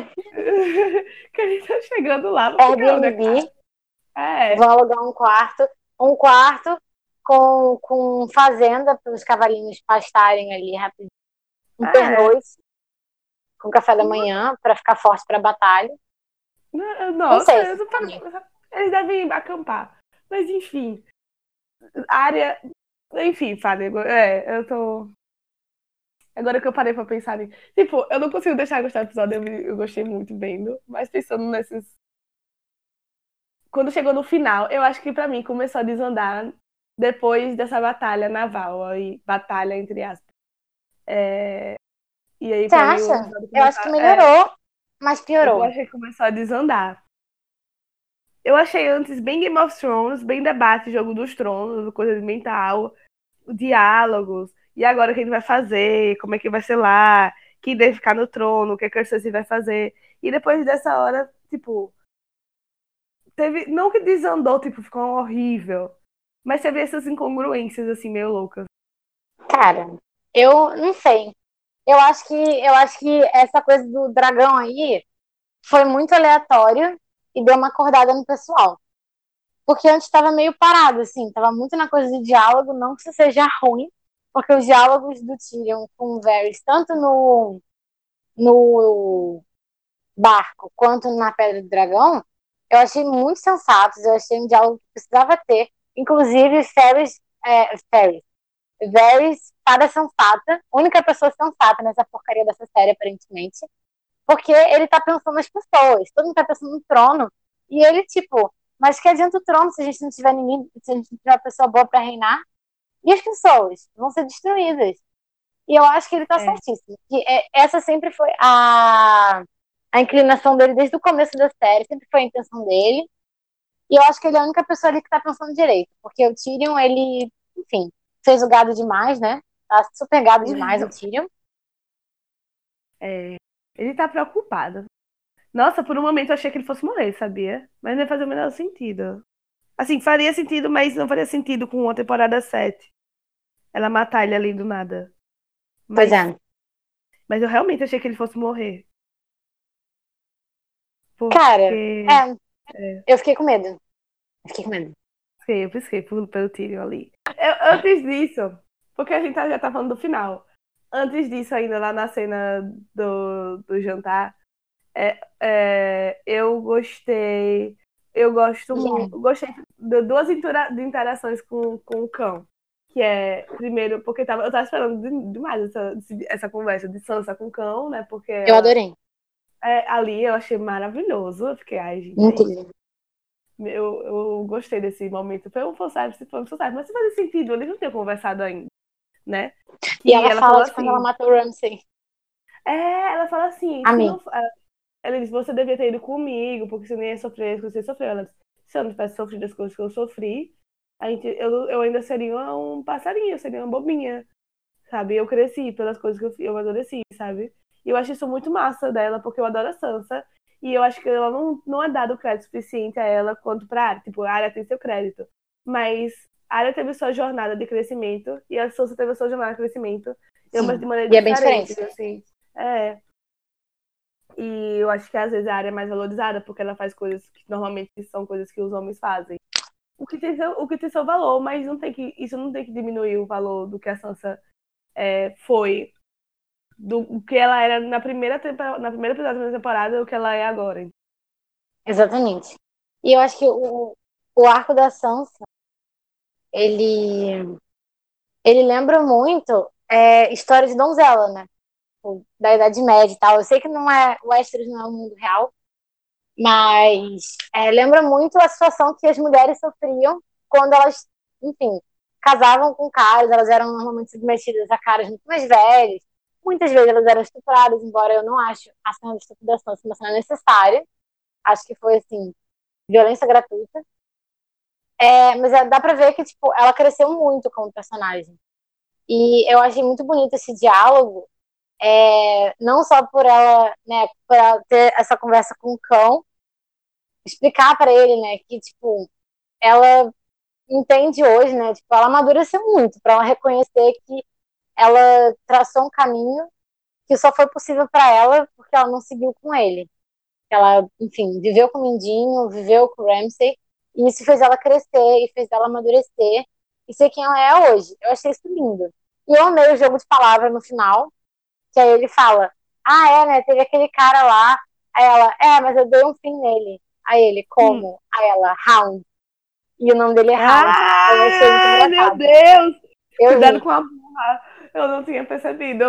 [SPEAKER 2] Que eles estão chegando lá, vão ficar onde é
[SPEAKER 1] Airbnb,
[SPEAKER 2] cara? É,
[SPEAKER 1] vão alugar um quarto. Um quarto com, com fazenda para os cavalinhos pastarem ali rapidinho. Um
[SPEAKER 2] é.
[SPEAKER 1] pernoite com café da manhã para ficar forte para a batalha. Não
[SPEAKER 2] Nossa,
[SPEAKER 1] sei,
[SPEAKER 2] eu tô
[SPEAKER 1] sinceramente.
[SPEAKER 2] falando- eles devem acampar. Mas enfim, área. Enfim, Fábio, é, eu tô. Agora que eu parei pra pensar em. Tipo, eu não consigo deixar de gostar do episódio, eu, me- eu gostei muito vendo. Mas pensando nesses. Quando chegou no final, eu acho que pra mim começou a desandar depois dessa batalha naval, aí, batalha entre aspas. É, e aí,
[SPEAKER 1] Você
[SPEAKER 2] pra mim, o
[SPEAKER 1] acha?
[SPEAKER 2] episódio
[SPEAKER 1] Eu
[SPEAKER 2] começou
[SPEAKER 1] acho que
[SPEAKER 2] a, é,
[SPEAKER 1] melhorou, mas
[SPEAKER 2] eu
[SPEAKER 1] piorou.
[SPEAKER 2] achei que começou a desandar. Eu achei antes bem Game of Thrones, bem debate, Jogo dos Tronos, coisa de mental, diálogos, e agora o que a gente vai fazer, como é que vai ser lá, quem deve ficar no trono, o que a Cersei vai fazer. E depois dessa hora, tipo, teve. Não que desandou, tipo, ficou horrível. Mas teve essas incongruências, assim, meio loucas.
[SPEAKER 1] Cara, eu não sei. Eu acho que eu acho que essa coisa do dragão aí foi muito aleatório e deu uma acordada no pessoal. Porque antes estava meio parado, assim, estava muito na coisa de diálogo, não que isso seja ruim, porque os diálogos do Tyrion com o Varys, tanto no, no barco quanto na Pedra do Dragão, eu achei muito sensatos, eu achei um diálogo que precisava ter. Inclusive, Ferris, é, Ferris, Varys, para sensata, única pessoa sensata nessa porcaria dessa série, aparentemente, porque ele tá pensando nas pessoas, todo mundo tá pensando no trono, e ele, tipo, mas que adianta o trono se a gente não tiver ninguém, se a gente não tiver uma pessoa boa para reinar? E as pessoas vão ser destruídas. E eu acho que ele tá
[SPEAKER 2] É.
[SPEAKER 1] certíssimo. Que é, essa sempre foi a, a inclinação dele desde o começo da série, sempre foi a intenção dele. E eu acho que ele é a única pessoa ali que tá pensando direito. Porque o Tyrion, ele, enfim, fez o gado demais, né? Tá super gado demais o Tyrion.
[SPEAKER 2] É. Ele tá preocupado. Nossa, por um momento eu achei que ele fosse morrer, sabia? Mas não ia fazer o menor sentido. Assim, faria sentido, mas não faria sentido com a temporada sete. Ela matar ele ali do nada.
[SPEAKER 1] Pois
[SPEAKER 2] Mas,
[SPEAKER 1] é.
[SPEAKER 2] mas eu realmente achei que ele fosse morrer.
[SPEAKER 1] Cara,
[SPEAKER 2] Porque.
[SPEAKER 1] é,
[SPEAKER 2] É,
[SPEAKER 1] eu fiquei com medo. Eu fiquei com medo.
[SPEAKER 2] eu pisquei pelo, pelo Tyrion ali. Eu, antes disso, porque a gente já tá falando do final. Antes disso, ainda lá na cena do, do jantar, é, é, eu gostei. Eu gosto muito. Gostei de duas intera de interações com, com o cão. Que é, primeiro, porque tava, eu tava esperando de- demais essa, essa conversa de Sansa com o cão, né? Porque
[SPEAKER 1] Eu
[SPEAKER 2] ela.
[SPEAKER 1] adorei.
[SPEAKER 2] É, ali eu achei maravilhoso. Eu fiquei, ai, gente, é isso.
[SPEAKER 1] Incrível.
[SPEAKER 2] Eu, eu gostei desse momento. Foi um fanservice, foi um fanservice. Mas se fazia sentido, eles não tinham conversado ainda, né?
[SPEAKER 1] E
[SPEAKER 2] Que
[SPEAKER 1] ela
[SPEAKER 2] ela
[SPEAKER 1] fala
[SPEAKER 2] falou
[SPEAKER 1] de quando ela
[SPEAKER 2] assim.
[SPEAKER 1] matou o Ramsay.
[SPEAKER 2] É, ela fala assim, se
[SPEAKER 1] Amém.
[SPEAKER 2] não. Ela disse, você devia ter ido comigo, porque você nem ia sofrer as coisas que você sofreu. Ela disse, se eu não tivesse sofrido as coisas que eu sofri, a gente, eu, eu ainda seria um passarinho, eu seria uma bobinha, sabe? Eu cresci pelas coisas que eu, eu amadureci, sabe? E eu acho isso muito massa dela, porque eu adoro a Sansa, e eu acho que ela não, não é dado o crédito suficiente a ela quanto pra Arya. Tipo, a Arya tem seu crédito, mas a Arya teve sua jornada de crescimento, e a Sansa teve a sua jornada de crescimento, mas
[SPEAKER 1] Sim.
[SPEAKER 2] de maneira
[SPEAKER 1] E é bem
[SPEAKER 2] diferente,
[SPEAKER 1] diferente.
[SPEAKER 2] assim. É, e eu acho que às vezes a área é mais valorizada, porque ela faz coisas que normalmente são coisas que os homens fazem. O que tem seu, o que tem seu valor, mas não tem que, isso não tem que diminuir o valor do que a Sansa é, foi, do que ela era na primeira, temporada, na primeira episódio da temporada, o que ela é agora.
[SPEAKER 1] Exatamente. E eu acho que o, o arco da Sansa, ele, ele lembra muito é, história de donzela, né? Tipo, da Idade Média e tal. Eu sei que não é, o Westeros não é o mundo real, mas é, lembra muito a situação que as mulheres sofriam quando elas, enfim, casavam com caras, elas eram normalmente submetidas a caras muito mais velhos. Muitas vezes elas eram estupradas, embora eu não acho a cena de estupração uma cena necessária. Acho que foi, assim, violência gratuita. É, mas é, dá pra ver que, tipo, ela cresceu muito como personagem. E eu achei muito bonito esse diálogo, é, não só por ela, né, por ela ter essa conversa com o cão, explicar pra ele, né, que, tipo, ela entende hoje, né, tipo, ela amadureceu muito pra ela reconhecer que ela traçou um caminho que só foi possível pra ela porque ela não seguiu com ele. Ela, enfim, viveu com o Mindinho, viveu com o Ramsay, e isso fez ela crescer e fez ela amadurecer e ser quem ela é hoje. Eu achei isso lindo. E eu amei o jogo de palavras no final, que aí ele fala: Ah, é, né? Teve aquele cara lá. Aí ela: É, mas eu dei um fim nele. Aí ele:
[SPEAKER 2] Hum.
[SPEAKER 1] Como? Aí ela: Hound. E o nome dele é Hound. Eu achei muito
[SPEAKER 2] Ai, meu
[SPEAKER 1] engraçado.
[SPEAKER 2] Deus!
[SPEAKER 1] Eu
[SPEAKER 2] Cuidado
[SPEAKER 1] ri.
[SPEAKER 2] com a burra. Eu não tinha percebido.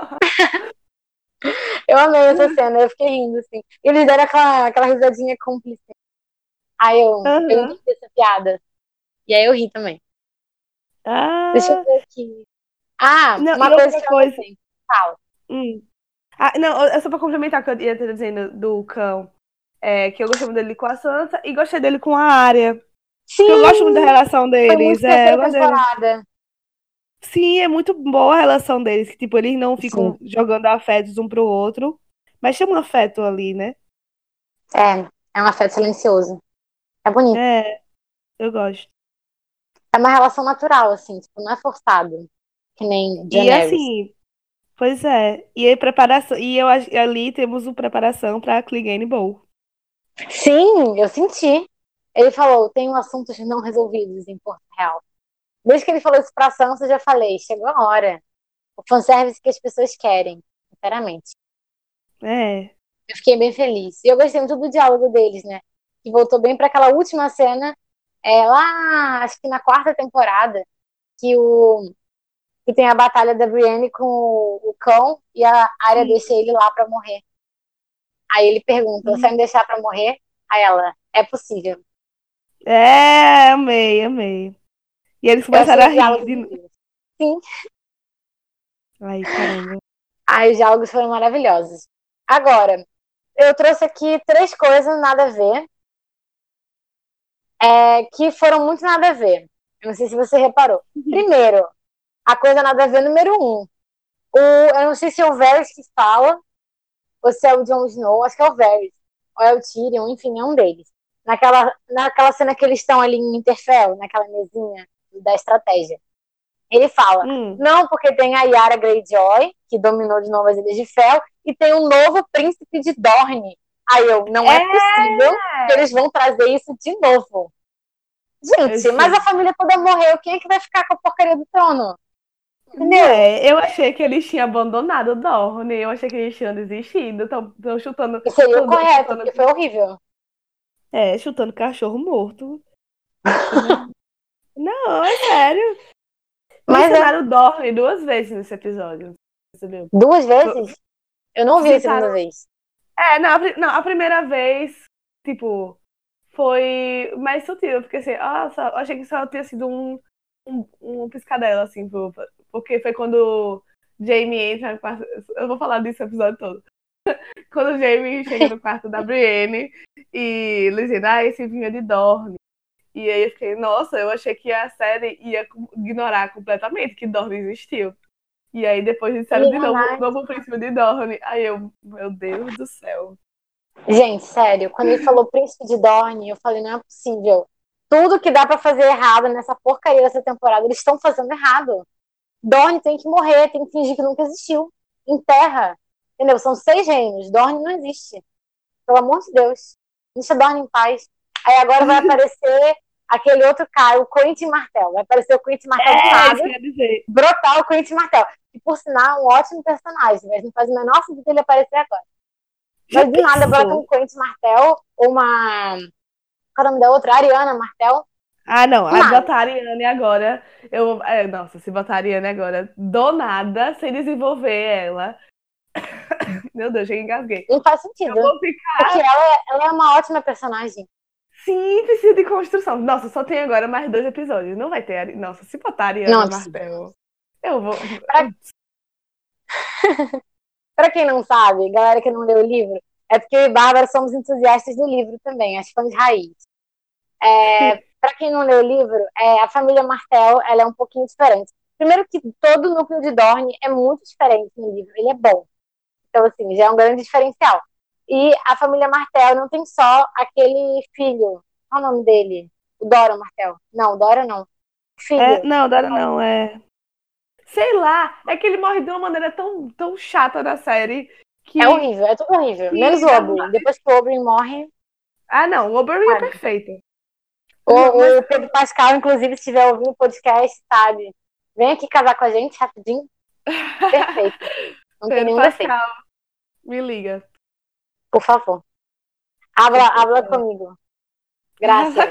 [SPEAKER 1] Eu amei essa cena, eu fiquei rindo, assim. E eles deram aquela, aquela risadinha cúmplice. Aí eu, eu
[SPEAKER 2] Aham.
[SPEAKER 1] entendi essa piada. E aí eu ri também. Deixa eu
[SPEAKER 2] Ah,
[SPEAKER 1] ver aqui. Ah,
[SPEAKER 2] não,
[SPEAKER 1] uma
[SPEAKER 2] e
[SPEAKER 1] coisa
[SPEAKER 2] outra
[SPEAKER 1] que eu
[SPEAKER 2] coisa.
[SPEAKER 1] notei. Fala.
[SPEAKER 2] Hum. Ah, não, é só pra complementar o que eu ia estar dizendo do cão. É, que eu gostei muito dele com a Sansa e gostei dele com a Arya. Porque eu gosto muito da
[SPEAKER 1] Sim,
[SPEAKER 2] relação
[SPEAKER 1] foi muito
[SPEAKER 2] deles. É, eu
[SPEAKER 1] terceira
[SPEAKER 2] gosto dele.
[SPEAKER 1] temporada.
[SPEAKER 2] Sim, é muito boa a relação deles. Que, tipo, eles não
[SPEAKER 1] Sim.
[SPEAKER 2] ficam jogando afetos um pro outro. Mas tem um afeto ali, né?
[SPEAKER 1] É, é um afeto silencioso. É bonito.
[SPEAKER 2] É, eu gosto.
[SPEAKER 1] É uma relação natural, assim, tipo, não é forçado. Que nem
[SPEAKER 2] E
[SPEAKER 1] Daenerys.
[SPEAKER 2] assim, pois é. E aí, preparação. E eu acho- ali temos uma preparação pra Clegane Bowl.
[SPEAKER 1] Sim, eu senti. Ele falou, tenho assuntos não resolvidos em Porto Real. Desde que ele falou isso pra Sansa, eu já falei, chegou a hora. O fanservice que as pessoas querem, sinceramente.
[SPEAKER 2] É.
[SPEAKER 1] Eu fiquei bem feliz. E eu gostei muito do diálogo deles, né? Que voltou bem para aquela última cena, é, lá, acho que na quarta temporada, que, o, que tem a batalha da Brienne com o, o cão e a Arya
[SPEAKER 2] Sim.
[SPEAKER 1] deixa ele lá para morrer. Aí ele pergunta: Você vai me deixar para morrer? Aí ela: É possível.
[SPEAKER 2] É, amei, amei. E eles
[SPEAKER 1] Eu achei
[SPEAKER 2] começaram a
[SPEAKER 1] o
[SPEAKER 2] rir.
[SPEAKER 1] diálogo
[SPEAKER 2] De...
[SPEAKER 1] incrível. Sim,
[SPEAKER 2] Ai, caramba.
[SPEAKER 1] Aí os diálogos foram maravilhosos. Agora, eu trouxe aqui três coisas nada a ver, é, que foram muito nada a ver. Eu não sei se você reparou. Primeiro, a coisa nada a ver número um. O, eu não sei se é o Varys que fala, ou se é o Jon Snow, acho que é o Varys, ou é o Tyrion, enfim, é um deles. Naquela, naquela cena que eles estão ali em Winterfell, naquela mesinha da estratégia. Ele fala,
[SPEAKER 2] Hum.
[SPEAKER 1] não, porque tem a Yara Greyjoy, que dominou de novo as Ilhas de Fel, e tem um novo príncipe de Dorne. Aí eu, não é,
[SPEAKER 2] É!
[SPEAKER 1] possível que eles vão trazer isso de novo. Gente, mas a família toda morreu, quem é que vai ficar com a porcaria do trono?
[SPEAKER 2] Não
[SPEAKER 1] Entendeu?
[SPEAKER 2] é, eu achei que eles tinham abandonado o Dorne, eu achei que eles tinham desistido, estão chutando,
[SPEAKER 1] E seria o
[SPEAKER 2] tão
[SPEAKER 1] correto,
[SPEAKER 2] chutando,
[SPEAKER 1] porque foi horrível.
[SPEAKER 2] é, chutando cachorro morto. Não, não, é sério.
[SPEAKER 1] Mas é,
[SPEAKER 2] Mencionaram o Dorne duas vezes nesse episódio, percebeu?
[SPEAKER 1] duas vezes? Eu não vi a segunda
[SPEAKER 2] Citaram,
[SPEAKER 1] vez.
[SPEAKER 2] é, não, a, pri- não, a primeira vez, tipo, foi mais sutil, porque assim, ah, só, eu achei que só tinha sido um, um, um piscadela, assim, pro- porque foi quando Jamie entra no quarto, eu vou falar disso o episódio todo. Quando o Jamie chega no quarto da Brienne e eles dizem, ah, esse vinho é de Dorne. E aí eu fiquei, nossa, eu achei que a série ia ignorar completamente que Dorne existiu. E aí depois
[SPEAKER 1] E
[SPEAKER 2] disseram de
[SPEAKER 1] é
[SPEAKER 2] novo,
[SPEAKER 1] mais...
[SPEAKER 2] novo príncipe de Dorne. Aí eu, meu Deus do céu.
[SPEAKER 1] Gente, sério, quando ele falou príncipe de Dorne, eu falei, não é possível. Tudo que dá pra fazer errado nessa porcaria dessa temporada, eles estão fazendo errado. Dorne tem que morrer, tem que fingir que nunca existiu. Enterra. Entendeu? São seis reinos. Dorne não existe. Pelo amor de Deus. Deixa Dorne em paz. Aí agora vai aparecer aquele outro cara, o Quentin Martel. Vai aparecer o Quentin Martel do
[SPEAKER 2] É, isso
[SPEAKER 1] nada,
[SPEAKER 2] que eu ia dizer.
[SPEAKER 1] brotar o Quentin Martel. Que, por sinal, é um ótimo personagem, mas não faz o menor sentido ele aparecer agora.
[SPEAKER 2] Já
[SPEAKER 1] Mas do nada brota um
[SPEAKER 2] pensou?
[SPEAKER 1] Quentin Martel ou uma. Qual é o nome da outra? Ariana Martel.
[SPEAKER 2] Ah, não,
[SPEAKER 1] Do
[SPEAKER 2] a
[SPEAKER 1] nada.
[SPEAKER 2] botar a Ariane agora. Eu, é, nossa, se botar a Ariane agora do nada, sem desenvolver ela. Meu Deus, já engasguei.
[SPEAKER 1] Não faz
[SPEAKER 2] Eu
[SPEAKER 1] sentido.
[SPEAKER 2] vou
[SPEAKER 1] Porque
[SPEAKER 2] ficar.
[SPEAKER 1] ela, ela é uma ótima personagem.
[SPEAKER 2] Sim, precisa de construção. Nossa, só tem agora mais dois episódios. Não vai ter. Ari- Nossa, se botar a
[SPEAKER 1] Não
[SPEAKER 2] Ariana
[SPEAKER 1] é possível.
[SPEAKER 2] Martel, eu vou.
[SPEAKER 1] Pra Para quem não sabe, galera que não leu o livro, é porque eu e Bárbara somos entusiastas do livro também, as fãs raiz. É, para quem não leu o livro, é, a família Martel ela é um pouquinho diferente. Primeiro que todo o núcleo de Dorne é muito diferente no livro, ele é bom. Então, assim, já é um grande diferencial. E a família Martel não tem só aquele filho, qual é o nome dele? O Dora Martel. Não, Dora não.
[SPEAKER 2] É,
[SPEAKER 1] Filho.
[SPEAKER 2] não, Dora não, é. Sei lá, é que ele morre de uma maneira tão, tão chata na série
[SPEAKER 1] É
[SPEAKER 2] que,
[SPEAKER 1] horrível, é tudo horrível. Menos
[SPEAKER 2] que
[SPEAKER 1] o
[SPEAKER 2] dá
[SPEAKER 1] Oberyn.
[SPEAKER 2] vontade.
[SPEAKER 1] Depois que o Oberyn morre,
[SPEAKER 2] Ah, não, o Oberyn é perfeito.
[SPEAKER 1] O,
[SPEAKER 2] Mas
[SPEAKER 1] o Pedro Pascal, inclusive, se estiver ouvindo o podcast, sabe? Vem aqui casar com a gente rapidinho. Perfeito. Não tem
[SPEAKER 2] Pedro
[SPEAKER 1] nenhum defeito.
[SPEAKER 2] Pascal, me liga.
[SPEAKER 1] Por favor. Habla, habla comigo. Graças.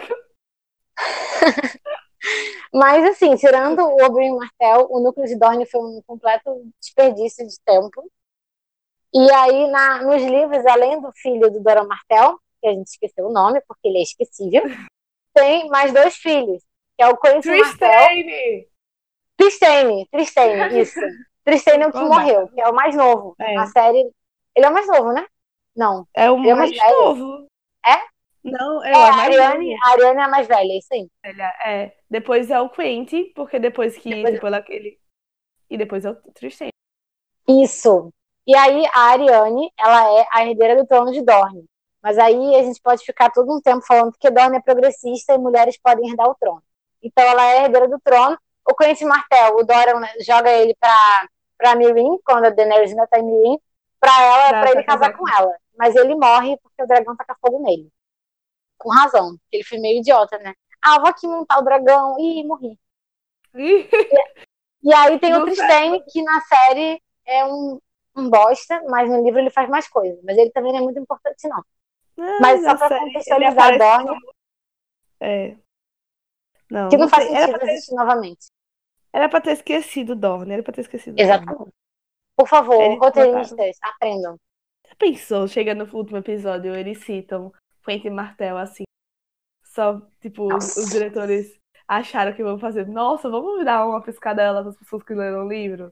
[SPEAKER 1] Mas, assim, tirando o Oberyn Martell, o núcleo de Dorne foi um completo desperdício de tempo. E aí, na, nos livros, além do filho do Doran Martell, que a gente esqueceu o nome, porque ele é esquecível, tem mais dois filhos, que é o Quentin Martell.
[SPEAKER 2] Tristane!
[SPEAKER 1] Tristane, Tristane, isso. Tristane é o que morreu,
[SPEAKER 2] Concordava.
[SPEAKER 1] que é o mais novo. Na
[SPEAKER 2] É,
[SPEAKER 1] série. Ele é o mais novo, né? Não.
[SPEAKER 2] é o
[SPEAKER 1] Ele é o mais
[SPEAKER 2] mais
[SPEAKER 1] velho.
[SPEAKER 2] novo.
[SPEAKER 1] É?
[SPEAKER 2] Não,
[SPEAKER 1] É,
[SPEAKER 2] é o
[SPEAKER 1] a
[SPEAKER 2] mais
[SPEAKER 1] Ariane,
[SPEAKER 2] novo.
[SPEAKER 1] a Ariane é a mais velha, isso aí.
[SPEAKER 2] É, depois é o Quentin, porque depois que,
[SPEAKER 1] Depois,
[SPEAKER 2] tipo, ela, ele... E depois é o Tristane.
[SPEAKER 1] isso. E aí, a Ariane, ela é a herdeira do trono de Dorne. Mas aí a gente pode ficar todo um tempo falando que Dorne é progressista e mulheres podem herdar o trono. Então, ela é a herdeira do trono. O Quentin Martell, o Doran joga ele pra, pra Meereen, quando a Daenerys ainda tá em Meereen, pra, ela,
[SPEAKER 2] Pra,
[SPEAKER 1] pra ele
[SPEAKER 2] pra
[SPEAKER 1] casar
[SPEAKER 2] casar
[SPEAKER 1] com
[SPEAKER 2] com...
[SPEAKER 1] ela. Mas ele morre porque o dragão taca fogo nele. Com razão. Ele foi meio idiota, né? Ah, vou aqui montar o dragão. Ih, morri.
[SPEAKER 2] Ih,
[SPEAKER 1] E aí tem o
[SPEAKER 2] não
[SPEAKER 1] Tristane,
[SPEAKER 2] sei.
[SPEAKER 1] que na série é um, um bosta, mas no livro ele faz mais coisas. Mas ele também não é muito importante, não.
[SPEAKER 2] Não,
[SPEAKER 1] Mas só
[SPEAKER 2] na
[SPEAKER 1] pra
[SPEAKER 2] série ele
[SPEAKER 1] contextualizar
[SPEAKER 2] aparece
[SPEAKER 1] Dorne,
[SPEAKER 2] como... É, não,
[SPEAKER 1] que não
[SPEAKER 2] não
[SPEAKER 1] faz
[SPEAKER 2] sei. Era pra
[SPEAKER 1] sentido
[SPEAKER 2] ter,
[SPEAKER 1] existir novamente.
[SPEAKER 2] era pra ter esquecido o Dorne, era pra ter esquecido o Dorne.
[SPEAKER 1] Exatamente. Por favor,
[SPEAKER 2] Eles botaram.
[SPEAKER 1] roteiristas, aprendam.
[SPEAKER 2] Já pensou, chega no último episódio, eles citam Quentin Martel assim. Só, tipo, os, os
[SPEAKER 1] Nossa.
[SPEAKER 2] diretores acharam que vão fazer. Nossa, vamos dar uma piscadela para as pessoas que leram o livro.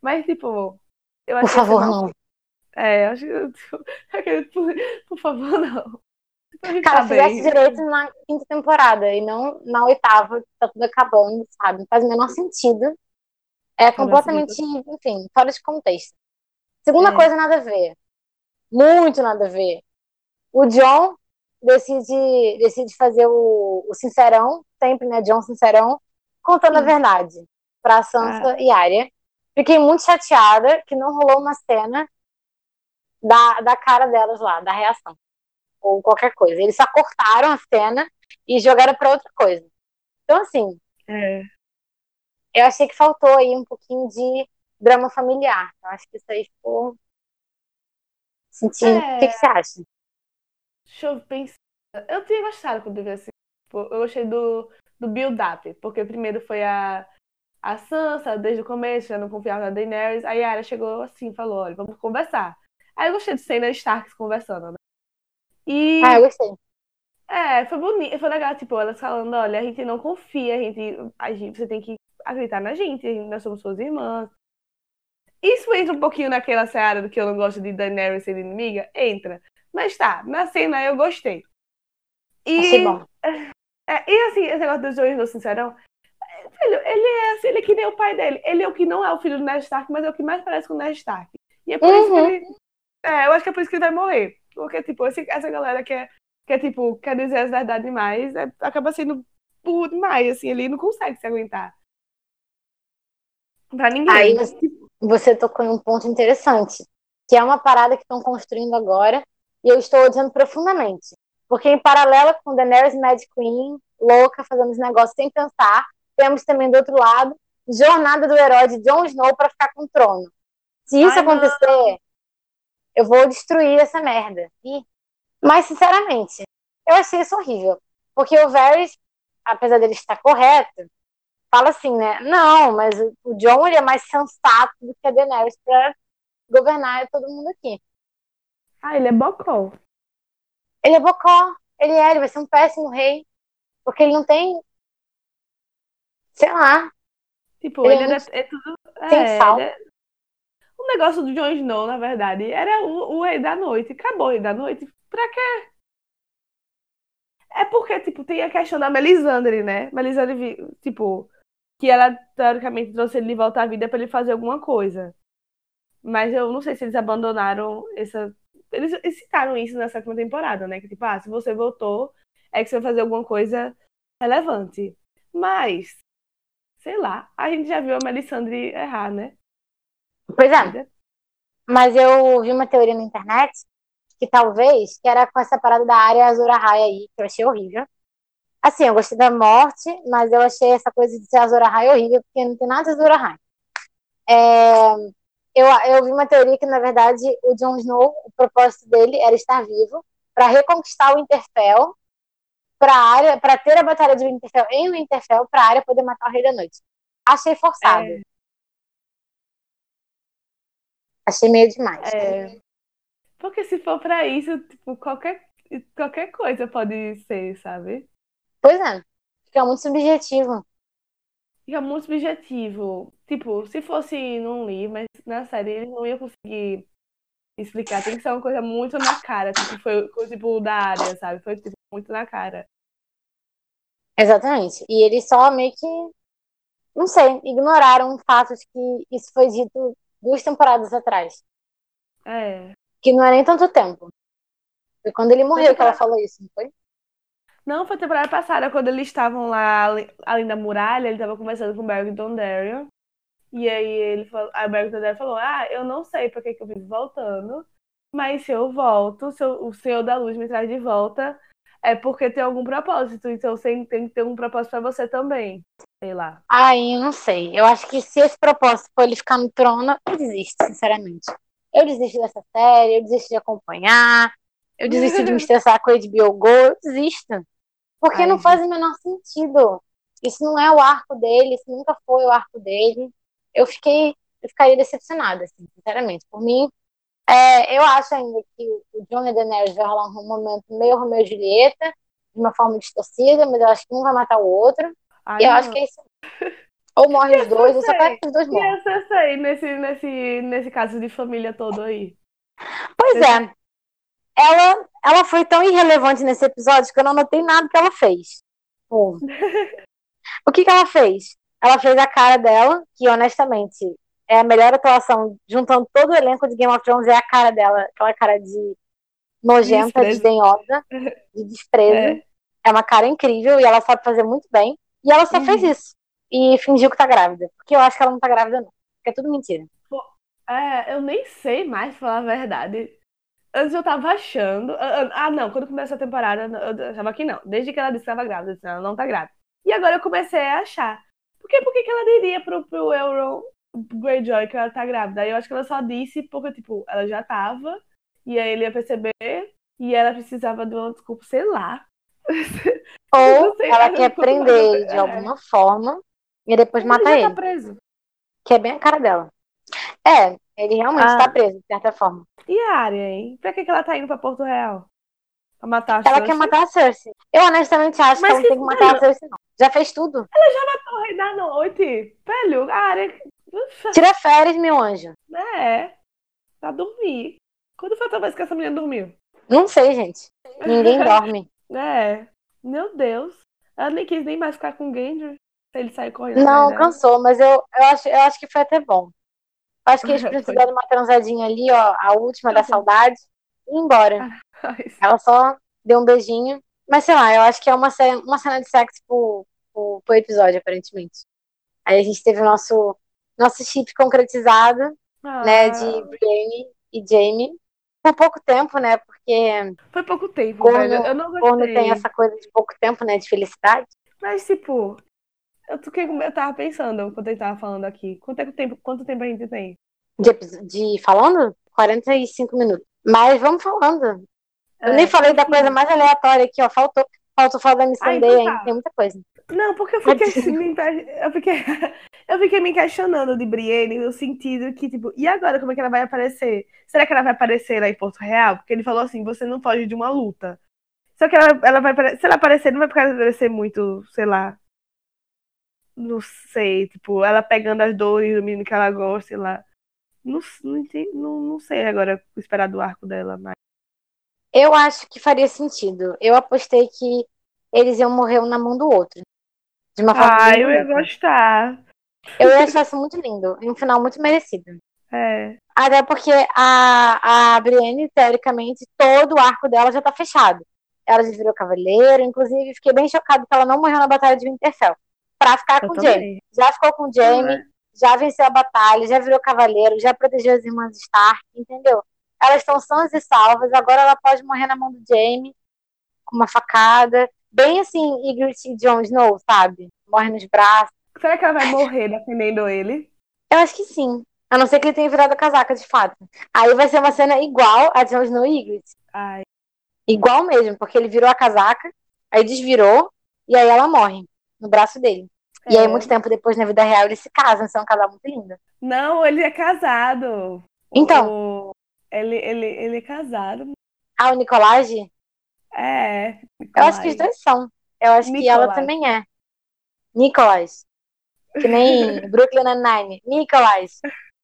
[SPEAKER 2] Mas, tipo, eu
[SPEAKER 1] Por
[SPEAKER 2] acho que ia ser
[SPEAKER 1] favor,
[SPEAKER 2] mal.
[SPEAKER 1] não.
[SPEAKER 2] É, eu acho que. Por, por favor, não. Pra gente
[SPEAKER 1] Cara,
[SPEAKER 2] tá
[SPEAKER 1] fizesse
[SPEAKER 2] bem.
[SPEAKER 1] direito na quinta temporada e não na oitava, que tá tudo acabando, sabe? Não faz o menor sentido. É
[SPEAKER 2] Cara, assim,
[SPEAKER 1] completamente, enfim, fora de contexto. Segunda
[SPEAKER 2] é.
[SPEAKER 1] coisa, nada a ver. Muito nada a ver. O John decide, decide fazer o, o Sincerão, sempre, né? John Sincerão, contando a
[SPEAKER 2] Sim.
[SPEAKER 1] verdade pra
[SPEAKER 2] Ah,
[SPEAKER 1] Sansa e Arya. Fiquei muito chateada que não rolou uma cena da, da cara delas lá, da reação. Ou qualquer coisa. Eles só cortaram a cena e jogaram pra outra coisa. Então, assim,
[SPEAKER 2] é.
[SPEAKER 1] eu achei que faltou aí um pouquinho de drama familiar. Eu acho que isso aí ficou sentindo. O que, que
[SPEAKER 2] É,
[SPEAKER 1] você acha?
[SPEAKER 2] deixa eu pensar. Eu tinha gostado quando eu vi assim. Tipo, eu gostei do, do build-up, porque primeiro foi a, a Sansa, desde o começo, já não confiava na Daenerys. Aí a Arya chegou assim, falou: olha, vamos conversar. Aí eu gostei de cena Starks conversando, né?
[SPEAKER 1] Ah, eu
[SPEAKER 2] E
[SPEAKER 1] gostei.
[SPEAKER 2] é, foi bonito, foi legal, tipo, elas falando: olha, a gente não confia, a gente, a gente, você tem que acreditar na gente, nós somos suas irmãs. Isso entra um pouquinho naquela seara do que eu não gosto de Daenerys ser inimiga? Entra. Mas tá, na cena eu gostei.
[SPEAKER 1] Achei
[SPEAKER 2] E,
[SPEAKER 1] bom.
[SPEAKER 2] é, e assim, esse negócio dos dois, no Sincerão, filho, ele é assim, ele é que nem o pai dele. Ele é o que não é o filho do Ned Stark, mas é o que mais parece com o Ned Stark. E é por isso que
[SPEAKER 1] Uhum.
[SPEAKER 2] ele. É, eu acho que é por isso que ele vai morrer. Porque, tipo, esse, essa galera que é, que é, tipo, quer dizer as verdades demais, é, acaba sendo burro demais, assim, ele não consegue se aguentar. Pra
[SPEAKER 1] Aí
[SPEAKER 2] ninguém.
[SPEAKER 1] você, você tocou em um ponto interessante, que é uma parada que estão construindo agora, e eu estou odiando profundamente. Porque em paralelo com Daenerys Mad Queen, louca, fazendo os negócios sem pensar, temos também do outro lado, jornada do herói de Jon Snow para ficar com o trono. Se isso
[SPEAKER 2] Ai, não.
[SPEAKER 1] acontecer, eu vou destruir essa merda. E, mas, sinceramente, eu achei isso horrível. Porque o Varys, apesar dele estar correto, fala assim, né? Não, mas o Jon ele é mais sensato do que a Daenerys para governar todo mundo aqui.
[SPEAKER 2] Ah, ele é bocó.
[SPEAKER 1] Ele é bocó, ele é, ele vai ser um péssimo rei, porque ele não tem, sei lá,
[SPEAKER 2] Tipo,
[SPEAKER 1] ele é
[SPEAKER 2] ele era.
[SPEAKER 1] muito
[SPEAKER 2] É tudo.
[SPEAKER 1] sem
[SPEAKER 2] É, ele
[SPEAKER 1] sal.
[SPEAKER 2] é, o negócio do Jon Snow, na verdade, era o, o Rei da Noite. Acabou o Rei da Noite. Pra quê? É porque, tipo, tem a questão da Melisandre, né? Melisandre, tipo, que ela, teoricamente, trouxe ele de volta à vida pra ele fazer alguma coisa. Mas eu não sei se eles abandonaram essa. Eles citaram isso na sétima temporada, né? Que, tipo, ah, se você voltou, é que você vai fazer alguma coisa relevante. Mas, sei lá, a gente já viu a Melisandre errar, né?
[SPEAKER 1] Pois é,
[SPEAKER 2] Vida.
[SPEAKER 1] mas eu vi uma teoria na internet que talvez, que era com essa parada da área Azor Ahai aí, que eu achei horrível. Assim, eu gostei da morte, mas eu achei essa coisa de ser Azor Ahai horrível, porque não tem nada de Azor Ahai. É, eu, eu vi uma teoria que, na verdade, o Jon Snow, o propósito dele era estar vivo para reconquistar o Winterfell, para área, para ter a batalha de Winterfell em Winterfell, para a área poder matar o Rei da Noite. Achei forçado.
[SPEAKER 2] É,
[SPEAKER 1] Achei meio demais.
[SPEAKER 2] é. Porque se for pra isso, tipo, qualquer, qualquer coisa pode ser, sabe?
[SPEAKER 1] Pois é, fica muito subjetivo.
[SPEAKER 2] Fica muito subjetivo. Tipo, se fosse num livro, mas na série eles não iam conseguir explicar. Tem que ser uma coisa muito na cara. Tipo, foi foi, tipo da área, sabe? Foi tipo, muito na cara.
[SPEAKER 1] Exatamente. E eles só meio que, não sei, ignoraram o fato de que isso foi dito duas temporadas atrás.
[SPEAKER 2] É.
[SPEAKER 1] Que não é nem tanto tempo. Foi quando ele
[SPEAKER 2] Foi
[SPEAKER 1] morreu que ela
[SPEAKER 2] temporada...
[SPEAKER 1] falou isso, não foi?
[SPEAKER 2] Não, foi temporada passada, quando eles estavam lá ali, ali na muralha, ele tava conversando com o Beric Dondarrion. E aí ele falou, a Beric Dondarrion falou: ah, eu não sei por que que eu vivo voltando, mas se eu volto, se eu- o Senhor da Luz me traz de volta, é porque tem algum propósito. Então você tem que ter um propósito pra você também. Sei lá.
[SPEAKER 1] Ai, eu não sei. Eu acho que se esse propósito for ele ficar no trono, eu desisto, sinceramente. Eu desisto dessa série, eu desisto de acompanhar, eu desisto de me estressar com a H B O Go, eu desisto. Porque
[SPEAKER 2] Ai,
[SPEAKER 1] não faz
[SPEAKER 2] gente.
[SPEAKER 1] o menor sentido. Isso não é o arco dele, isso nunca foi o arco dele. Eu fiquei, eu ficaria decepcionada, assim, sinceramente. Por mim, é, eu acho ainda que o Jon e a Daenerys vai rolar um momento meio Romeu e Julieta, de uma forma distorcida, mas eu acho que um vai matar o outro. E
[SPEAKER 2] Ai,
[SPEAKER 1] eu acho
[SPEAKER 2] não.
[SPEAKER 1] que é isso. Ou morre
[SPEAKER 2] E
[SPEAKER 1] os
[SPEAKER 2] a
[SPEAKER 1] dois, eu só quero
[SPEAKER 2] Cersei?
[SPEAKER 1] que os dois
[SPEAKER 2] E
[SPEAKER 1] morram.
[SPEAKER 2] a Cersei nesse, nesse, nesse caso de família todo aí?
[SPEAKER 1] Pois
[SPEAKER 2] Nesse...
[SPEAKER 1] é, ela, ela foi tão irrelevante nesse episódio que eu não notei nada que ela fez. Pô, o que que ela fez? Ela fez a cara dela, que honestamente é a melhor atuação, juntando todo o elenco de Game of Thrones, é a cara dela, aquela cara de nojenta,
[SPEAKER 2] Desprezo.
[SPEAKER 1] desdenhosa, de desprezo.
[SPEAKER 2] É.
[SPEAKER 1] É uma cara incrível e ela sabe fazer muito bem. E ela só fez
[SPEAKER 2] Uhum.
[SPEAKER 1] isso. E fingiu que tá grávida. Porque eu acho que ela não tá grávida, não. Porque é tudo mentira.
[SPEAKER 2] Pô, é, eu nem sei mais falar a verdade. Antes eu tava achando. Ah, ah, ah, não, quando começou a temporada, eu achava que não. Desde que ela disse que estava grávida, eu disse, ela não tá grávida. E agora eu comecei a achar. Por que, por que que ela diria pro, pro Euron Greyjoy que ela tá grávida? Aí eu acho que ela só disse porque, tipo, ela já tava. E aí ele ia perceber. E ela precisava de uma desculpa, sei lá. Eu não
[SPEAKER 1] Ou
[SPEAKER 2] sei.
[SPEAKER 1] ela
[SPEAKER 2] ah,
[SPEAKER 1] quer
[SPEAKER 2] Quanto mais
[SPEAKER 1] prender
[SPEAKER 2] eu.
[SPEAKER 1] ele de
[SPEAKER 2] É.
[SPEAKER 1] alguma forma e depois
[SPEAKER 2] Mas ele
[SPEAKER 1] matar
[SPEAKER 2] já tá
[SPEAKER 1] ele.
[SPEAKER 2] preso.
[SPEAKER 1] Que é bem a cara dela. É, ele realmente tá
[SPEAKER 2] Ah,
[SPEAKER 1] preso, de certa forma.
[SPEAKER 2] e a Arya, hein? Pra que, que ela tá indo pra Porto Real? Pra matar a
[SPEAKER 1] Ela quer
[SPEAKER 2] Cersei?
[SPEAKER 1] matar a Cersei. Eu honestamente acho que
[SPEAKER 2] Mas
[SPEAKER 1] ela não
[SPEAKER 2] que,
[SPEAKER 1] tem que matar a
[SPEAKER 2] velho,
[SPEAKER 1] Cersei, não. Já fez tudo.
[SPEAKER 2] ela já matou o rei da noite. Velho, a Arya.
[SPEAKER 1] Tira férias, meu anjo.
[SPEAKER 2] É, pra dormir. Quando foi a outra vez que essa menina dormiu?
[SPEAKER 1] Não sei, gente. Ninguém dorme.
[SPEAKER 2] É, meu Deus. Ela nem quis nem mais ficar com o Gendry. Se ele sair correndo atrás
[SPEAKER 1] Não,
[SPEAKER 2] dela.
[SPEAKER 1] cansou, mas eu, eu, acho, eu acho que foi até bom. Acho que eles
[SPEAKER 2] Foi.
[SPEAKER 1] precisaram de uma transadinha ali, ó, a última da
[SPEAKER 2] Acabou.
[SPEAKER 1] saudade, e ir embora.
[SPEAKER 2] Mas-
[SPEAKER 1] Ela só deu um beijinho. Mas sei lá, eu acho que é uma cena, uma cena de sexo pro, pro, pro episódio, aparentemente. Aí a gente teve o nosso, nosso chip concretizado, né, de
[SPEAKER 2] Ah,
[SPEAKER 1] Brienne e Jaime. Por pouco tempo, né, porque
[SPEAKER 2] foi pouco tempo, velho.
[SPEAKER 1] corno,
[SPEAKER 2] Eu não
[SPEAKER 1] corno tem
[SPEAKER 2] gostei.
[SPEAKER 1] essa coisa de pouco tempo, né, de felicidade.
[SPEAKER 2] Mas, tipo, eu, fiquei com- eu tava pensando quando ele tava falando aqui. Quanto é que tempo, quanto tempo a gente tem?
[SPEAKER 1] De, epi- de falando? quarenta e cinco minutos. Mas vamos falando. Eu nem
[SPEAKER 2] É,
[SPEAKER 1] falei da coisa
[SPEAKER 2] enfim.
[SPEAKER 1] mais aleatória aqui, ó. Faltou, faltou falar da
[SPEAKER 2] Ah,
[SPEAKER 1] Missandei
[SPEAKER 2] então
[SPEAKER 1] ainda. Tem
[SPEAKER 2] tá.
[SPEAKER 1] muita coisa.
[SPEAKER 2] Não, porque eu fiquei assim,
[SPEAKER 1] Tadinho.
[SPEAKER 2] me impe- eu fiquei, eu fiquei me questionando de Brienne no sentido que, tipo, e agora como é que ela vai aparecer? Será que ela vai aparecer lá em Porto Real? Porque ele falou assim, você não foge de uma luta. Só que ela, ela vai apare- se ela aparecer, não vai parecer muito, sei lá, não sei, tipo, ela pegando as dores do menino que ela gosta, sei lá. Não, não, entendi- não, não sei agora esperar do arco dela, mas.
[SPEAKER 1] Eu acho que faria sentido. Eu apostei que eles iam morrer um na mão do outro. De uma forma
[SPEAKER 2] Ah,
[SPEAKER 1] bem
[SPEAKER 2] eu ia
[SPEAKER 1] bonita.
[SPEAKER 2] gostar.
[SPEAKER 1] Eu ia achar isso muito lindo. E um final muito merecido.
[SPEAKER 2] É.
[SPEAKER 1] Até porque a, a Brienne, teoricamente, todo o arco dela já tá fechado. Ela já virou cavaleiro. Inclusive, fiquei bem chocada que ela não morreu na Batalha de Winterfell. Pra ficar
[SPEAKER 2] Eu
[SPEAKER 1] com o Jaime.
[SPEAKER 2] também.
[SPEAKER 1] Já ficou com o
[SPEAKER 2] Não
[SPEAKER 1] Jaime,
[SPEAKER 2] é?
[SPEAKER 1] já venceu a batalha, já virou cavaleiro, já protegeu as irmãs Stark, entendeu? Elas estão sãs e salvas. Agora ela pode morrer na mão do Jaime, com uma facada. Bem assim, Ygritte e Jon Snow, sabe? Morre nos braços.
[SPEAKER 2] Será que ela vai morrer defendendo ele?
[SPEAKER 1] Eu acho que sim. A não ser que ele tenha virado a casaca, de fato. Aí vai ser uma cena igual a Jon Snow e Ygritte.
[SPEAKER 2] Ai,
[SPEAKER 1] Igual mesmo, porque ele virou a casaca, aí desvirou, e aí ela morre no braço dele. E aí, muito
[SPEAKER 2] é.
[SPEAKER 1] tempo depois, na vida real, eles se casam, são um casal muito lindo.
[SPEAKER 2] Não, ele é casado.
[SPEAKER 1] Então,
[SPEAKER 2] O, o- ele, ele, ele é casado.
[SPEAKER 1] a o Nicolás,
[SPEAKER 2] É,
[SPEAKER 1] eu acho que os
[SPEAKER 2] Nicolai.
[SPEAKER 1] dois são. Eu acho que ela
[SPEAKER 2] Nicolas.
[SPEAKER 1] também é. Nicolás. Que nem Brooklyn Nine-Nine. Nicolás.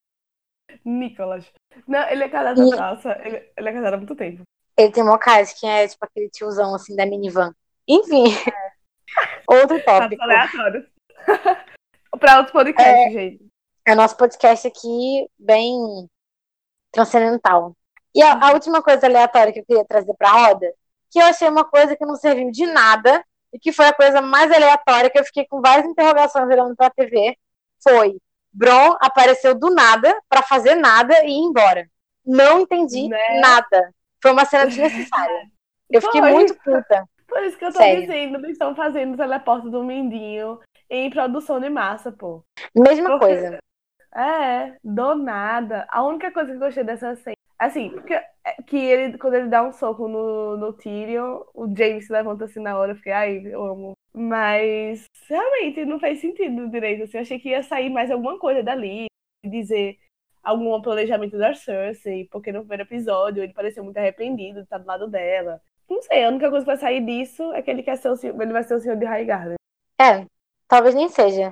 [SPEAKER 2] Nicolas. Não, ele é casado,
[SPEAKER 1] E
[SPEAKER 2] nossa, ele, ele é casado há muito tempo.
[SPEAKER 1] ele tem uma cara que é tipo aquele tiozão assim da minivan. Enfim, outro
[SPEAKER 2] Fatos
[SPEAKER 1] tópico.
[SPEAKER 2] aleatórios. Pra outro
[SPEAKER 1] É,
[SPEAKER 2] podcast, gente.
[SPEAKER 1] é o nosso podcast aqui bem transcendental. E a, a última coisa aleatória que eu queria trazer pra roda, que eu achei uma coisa que não serviu de nada, e que foi a coisa mais aleatória, que eu fiquei com várias interrogações olhando pra T V, foi: Bron apareceu do nada pra fazer nada e ir embora. Não entendi
[SPEAKER 2] Né?
[SPEAKER 1] nada. Foi uma cena desnecessária. Eu fiquei muito
[SPEAKER 2] Foi.
[SPEAKER 1] puta.
[SPEAKER 2] Por isso que eu tô
[SPEAKER 1] Sério.
[SPEAKER 2] dizendo, eles estão fazendo o teleporte do Mindinho em produção de massa, pô.
[SPEAKER 1] Mesma
[SPEAKER 2] Porque,
[SPEAKER 1] coisa.
[SPEAKER 2] é, do nada. A única coisa que eu gostei dessa cena, assim, porque é que ele, quando ele dá um soco no, no Tyrion, o James se levanta assim na hora, eu fiquei, ai, eu amo. Mas, realmente, não fez sentido direito, assim. Eu achei que ia sair mais alguma coisa dali, dizer algum planejamento da Cersei, porque no primeiro episódio ele pareceu muito arrependido de estar do lado dela. Não sei, a única coisa que vai sair disso é que ele quer ser o senhor, ele vai ser o senhor de Highgarden.
[SPEAKER 1] É, talvez nem seja.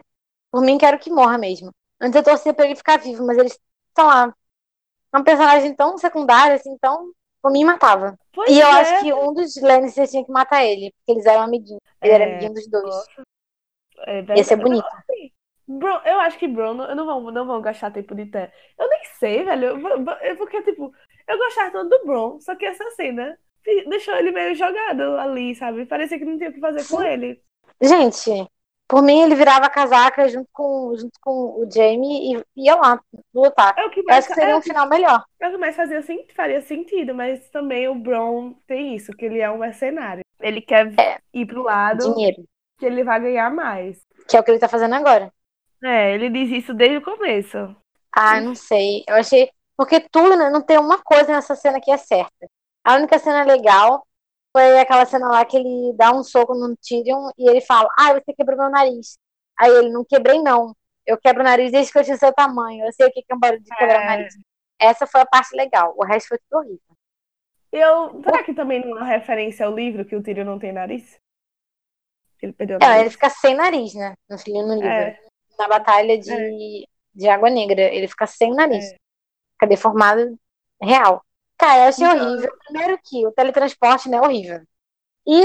[SPEAKER 1] Por mim, quero que morra mesmo. Antes eu torcia pra ele ficar vivo, mas eles estão lá. É um personagem tão secundário, assim, então, por mim, matava. E eu
[SPEAKER 2] Pois
[SPEAKER 1] acho
[SPEAKER 2] é.
[SPEAKER 1] que um dos Lannisters tinha que matar ele, porque eles eram amiguinhos. Ele era
[SPEAKER 2] É,
[SPEAKER 1] amiguinho dos dois.
[SPEAKER 2] nossa, é
[SPEAKER 1] Ia ser
[SPEAKER 2] verdade. Não,
[SPEAKER 1] bonito.
[SPEAKER 2] assim, Bron, eu acho que Bron, não, não vão, não vão gastar tempo de tela. Eu nem sei, velho. Eu vou- vou- é porque, tipo, eu gostava tanto do Bron, só que essa cena fi- deixou ele meio jogado ali, sabe? Parecia que não tinha o que fazer com
[SPEAKER 1] Sim.
[SPEAKER 2] ele.
[SPEAKER 1] Gente, por mim, ele virava a casaca junto com, junto com o Jaime e ia lá lutar.
[SPEAKER 2] É o que
[SPEAKER 1] Eu
[SPEAKER 2] mais,
[SPEAKER 1] acho que
[SPEAKER 2] é
[SPEAKER 1] seria
[SPEAKER 2] o
[SPEAKER 1] um
[SPEAKER 2] que,
[SPEAKER 1] final melhor.
[SPEAKER 2] é o que mais fazia, sen- faria sentido, mas também o Bron tem isso, que ele é um mercenário. Ele quer ir pro lado
[SPEAKER 1] Dinheiro.
[SPEAKER 2] que ele vai ganhar mais.
[SPEAKER 1] Que é o que ele tá fazendo agora.
[SPEAKER 2] É, ele diz isso desde o começo.
[SPEAKER 1] Ah, não sei. Eu achei. Porque tudo, né, não tem uma coisa nessa cena que é certa. A única cena legal foi aquela cena lá que ele dá um soco no Tyrion e ele fala: Ah, você quebrou meu nariz. Aí ele: Não quebrei, não. Eu quebro o nariz desde que eu tinha seu tamanho. Eu sei o que é um barulho de quebrar o
[SPEAKER 2] É,
[SPEAKER 1] nariz. Essa foi a parte legal. O resto foi tudo horrível.
[SPEAKER 2] eu, será que também não é uma referência ao livro que o Tyrion não tem nariz? Que ele perdeu o
[SPEAKER 1] É, ele
[SPEAKER 2] nariz?
[SPEAKER 1] fica sem nariz, né? No, filme- no livro.
[SPEAKER 2] É,
[SPEAKER 1] Na Batalha
[SPEAKER 2] é,
[SPEAKER 1] de, de Água Negra. Ele fica sem nariz.
[SPEAKER 2] é.
[SPEAKER 1] Fica deformado real. Cara, eu achei
[SPEAKER 2] Então,
[SPEAKER 1] horrível. Primeiro que o teletransporte, né, é horrível. E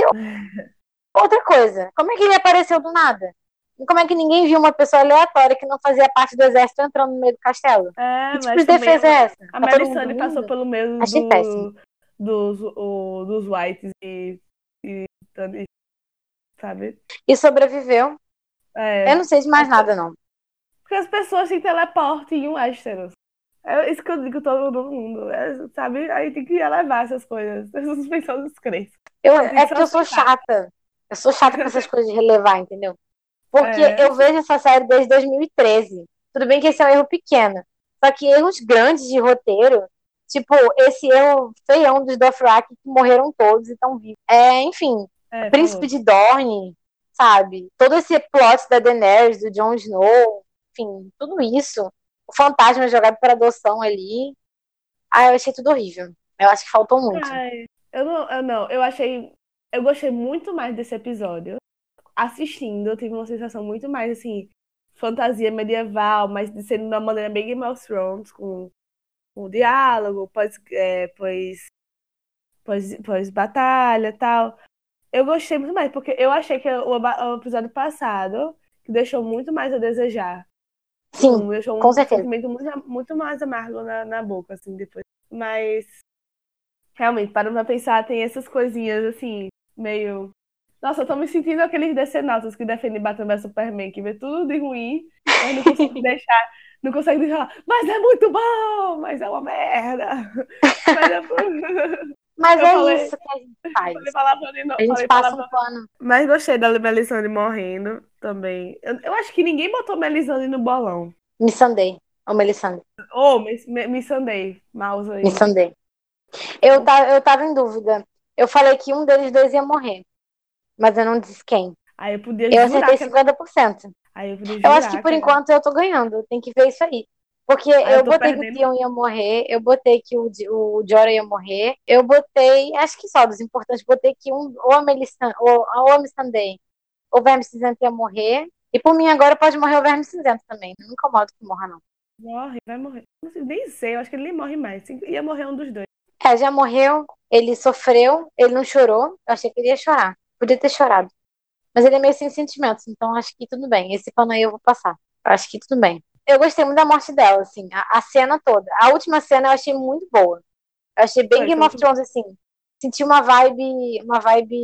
[SPEAKER 1] outra coisa, como é que ele apareceu do nada? E como é que ninguém viu uma pessoa aleatória que não fazia parte do exército entrando no meio do castelo?
[SPEAKER 2] é,
[SPEAKER 1] Que tipo de
[SPEAKER 2] mas também a,
[SPEAKER 1] defesa é essa?
[SPEAKER 2] a
[SPEAKER 1] Tá todo mundo
[SPEAKER 2] Melisandre passou
[SPEAKER 1] dormindo?
[SPEAKER 2] pelo meio
[SPEAKER 1] Achei péssimo.
[SPEAKER 2] do, dos, o, dos Whites e, e, e sabe?
[SPEAKER 1] E sobreviveu. Eu
[SPEAKER 2] É,
[SPEAKER 1] não sei de mais nada, não.
[SPEAKER 2] porque as pessoas se teleportam em Westeros. É isso que eu digo todo mundo, é, sabe? Aí tem que elevar essas coisas, essas pessoas crescem.
[SPEAKER 1] Eu,
[SPEAKER 2] Tem
[SPEAKER 1] é
[SPEAKER 2] que só
[SPEAKER 1] porque eu sou
[SPEAKER 2] aceitar.
[SPEAKER 1] chata. Eu sou chata com essas coisas de relevar, entendeu? Porque
[SPEAKER 2] É,
[SPEAKER 1] eu vejo essa série desde dois mil e treze. Tudo bem que esse é um erro pequeno. Só que erros grandes de roteiro, tipo, esse erro feião dos Dothraki que morreram todos e estão vivos. É, enfim, o
[SPEAKER 2] é,
[SPEAKER 1] Príncipe
[SPEAKER 2] falou.
[SPEAKER 1] de Dorne, sabe? Todo esse plot da Daenerys, do Jon Snow, enfim, tudo isso. O fantasma jogado para adoção ali. Ah, eu achei tudo horrível. Eu acho que faltou muito.
[SPEAKER 2] Ai, eu não, eu não, eu achei, eu gostei muito mais desse episódio. Assistindo, eu tive uma sensação muito mais assim, fantasia medieval, mas de ser de uma maneira bem Game of Thrones, com, com diálogo, pós, é, pós, pós, pós batalha, tal. Eu gostei muito mais, porque eu achei que o, o episódio passado que deixou muito mais a desejar.
[SPEAKER 1] Sim,
[SPEAKER 2] Tipo, deixou
[SPEAKER 1] com
[SPEAKER 2] um
[SPEAKER 1] certeza.
[SPEAKER 2] sentimento muito, muito mais amargo na, na boca, assim, depois. Mas, realmente, parando pra pensar, tem essas coisinhas, assim, meio. Nossa, eu tô me sentindo aqueles decenautas que defendem Batman vs Superman, que vê tudo de ruim, mas não consegue deixar, não consegue deixar, mas é muito bom, mas é uma merda. Mas é...
[SPEAKER 1] Mas
[SPEAKER 2] Eu
[SPEAKER 1] é
[SPEAKER 2] falei,
[SPEAKER 1] isso que a gente faz.
[SPEAKER 2] falei palavrão de
[SPEAKER 1] A
[SPEAKER 2] novo,
[SPEAKER 1] gente
[SPEAKER 2] falei
[SPEAKER 1] passa um
[SPEAKER 2] palavrão.
[SPEAKER 1] pano.
[SPEAKER 2] Mas gostei da Melisandre morrendo também. Eu, eu acho que ninguém botou Melisandre no bolão.
[SPEAKER 1] Missandei. Ô, Melisandre.
[SPEAKER 2] Ô, oh, me, me, me sandei. Mouse aí.
[SPEAKER 1] Missandei. Eu tava, eu tava em dúvida. Eu falei que um deles dois ia morrer, mas eu não disse quem.
[SPEAKER 2] Aí eu podia
[SPEAKER 1] Eu
[SPEAKER 2] jurar
[SPEAKER 1] acertei
[SPEAKER 2] que era.
[SPEAKER 1] cinquenta por cento.
[SPEAKER 2] Aí eu podia
[SPEAKER 1] Eu acho que
[SPEAKER 2] jurar
[SPEAKER 1] por
[SPEAKER 2] que era.
[SPEAKER 1] enquanto eu tô ganhando. Tem que ver isso aí. Porque
[SPEAKER 2] Aí eu
[SPEAKER 1] eu
[SPEAKER 2] tô
[SPEAKER 1] botei que o
[SPEAKER 2] perdendo.
[SPEAKER 1] Theon ia morrer, eu botei que o, o Jorah ia morrer, eu botei, acho que só dos importantes, botei que um, ou a Melisandre, ou, ou a Missandei, ou o Verme Cinzento ia morrer. E por mim agora pode morrer o Verme Cinzento também. Não me incomodo que morra, não.
[SPEAKER 2] Morre, vai morrer. Não sei, nem sei, eu acho que ele nem morre mais. Ia morrer um dos dois.
[SPEAKER 1] É, já morreu, ele sofreu, ele não chorou. Eu achei que ele ia chorar. Podia ter chorado. Mas ele é meio sem sentimentos, então acho que tudo bem. Esse pano aí eu vou passar. Eu acho que tudo bem. Eu gostei muito da morte dela, assim, a, a cena toda. A última cena eu achei muito boa. Eu achei bem
[SPEAKER 2] Foi,
[SPEAKER 1] Game
[SPEAKER 2] foi
[SPEAKER 1] of
[SPEAKER 2] muito.
[SPEAKER 1] Thrones, assim. Senti uma vibe, uma vibe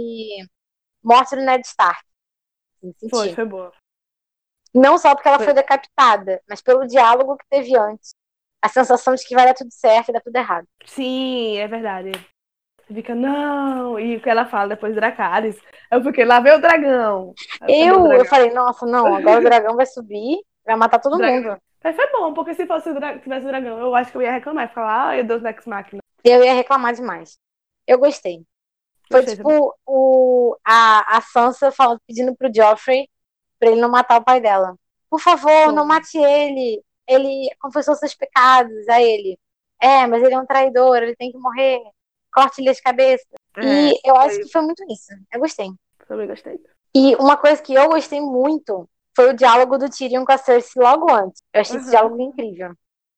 [SPEAKER 1] morte do Ned Stark. Assim,
[SPEAKER 2] Foi,
[SPEAKER 1] senti.
[SPEAKER 2] foi boa.
[SPEAKER 1] Não só porque ela
[SPEAKER 2] Foi.
[SPEAKER 1] foi decapitada, mas pelo diálogo que teve antes. A sensação de que vai dar tudo certo e dar tudo errado.
[SPEAKER 2] Sim, é verdade. Você fica, não. E o que ela fala depois do Dracarys. Eu fiquei, lá vem o dragão. Aí, cadê o
[SPEAKER 1] Eu, eu
[SPEAKER 2] dragão?
[SPEAKER 1] falei, nossa, não, agora o dragão vai subir, vai matar todo
[SPEAKER 2] Dragão.
[SPEAKER 1] mundo.
[SPEAKER 2] Mas foi bom, porque se fosse o dra... tivesse o dragão, eu acho que eu ia reclamar. Ia falar, ai, Deus Nex Machina.
[SPEAKER 1] E eu ia reclamar demais. Eu gostei. Foi
[SPEAKER 2] Gostei também.
[SPEAKER 1] tipo o, a, a Sansa falando, pedindo pro Joffrey pra ele não matar o pai dela. Por favor, não
[SPEAKER 2] Foi.
[SPEAKER 1] mate ele. Ele confessou seus pecados a ele. É, mas ele é um traidor, ele tem que morrer. Corte-lhe as cabeças.
[SPEAKER 2] É,
[SPEAKER 1] E eu acho
[SPEAKER 2] foi.
[SPEAKER 1] que foi muito isso. Eu gostei.
[SPEAKER 2] Também gostei.
[SPEAKER 1] E uma coisa que eu gostei muito foi o diálogo do Tyrion com a Cersei logo antes. Eu achei esse
[SPEAKER 2] Aham.
[SPEAKER 1] diálogo incrível.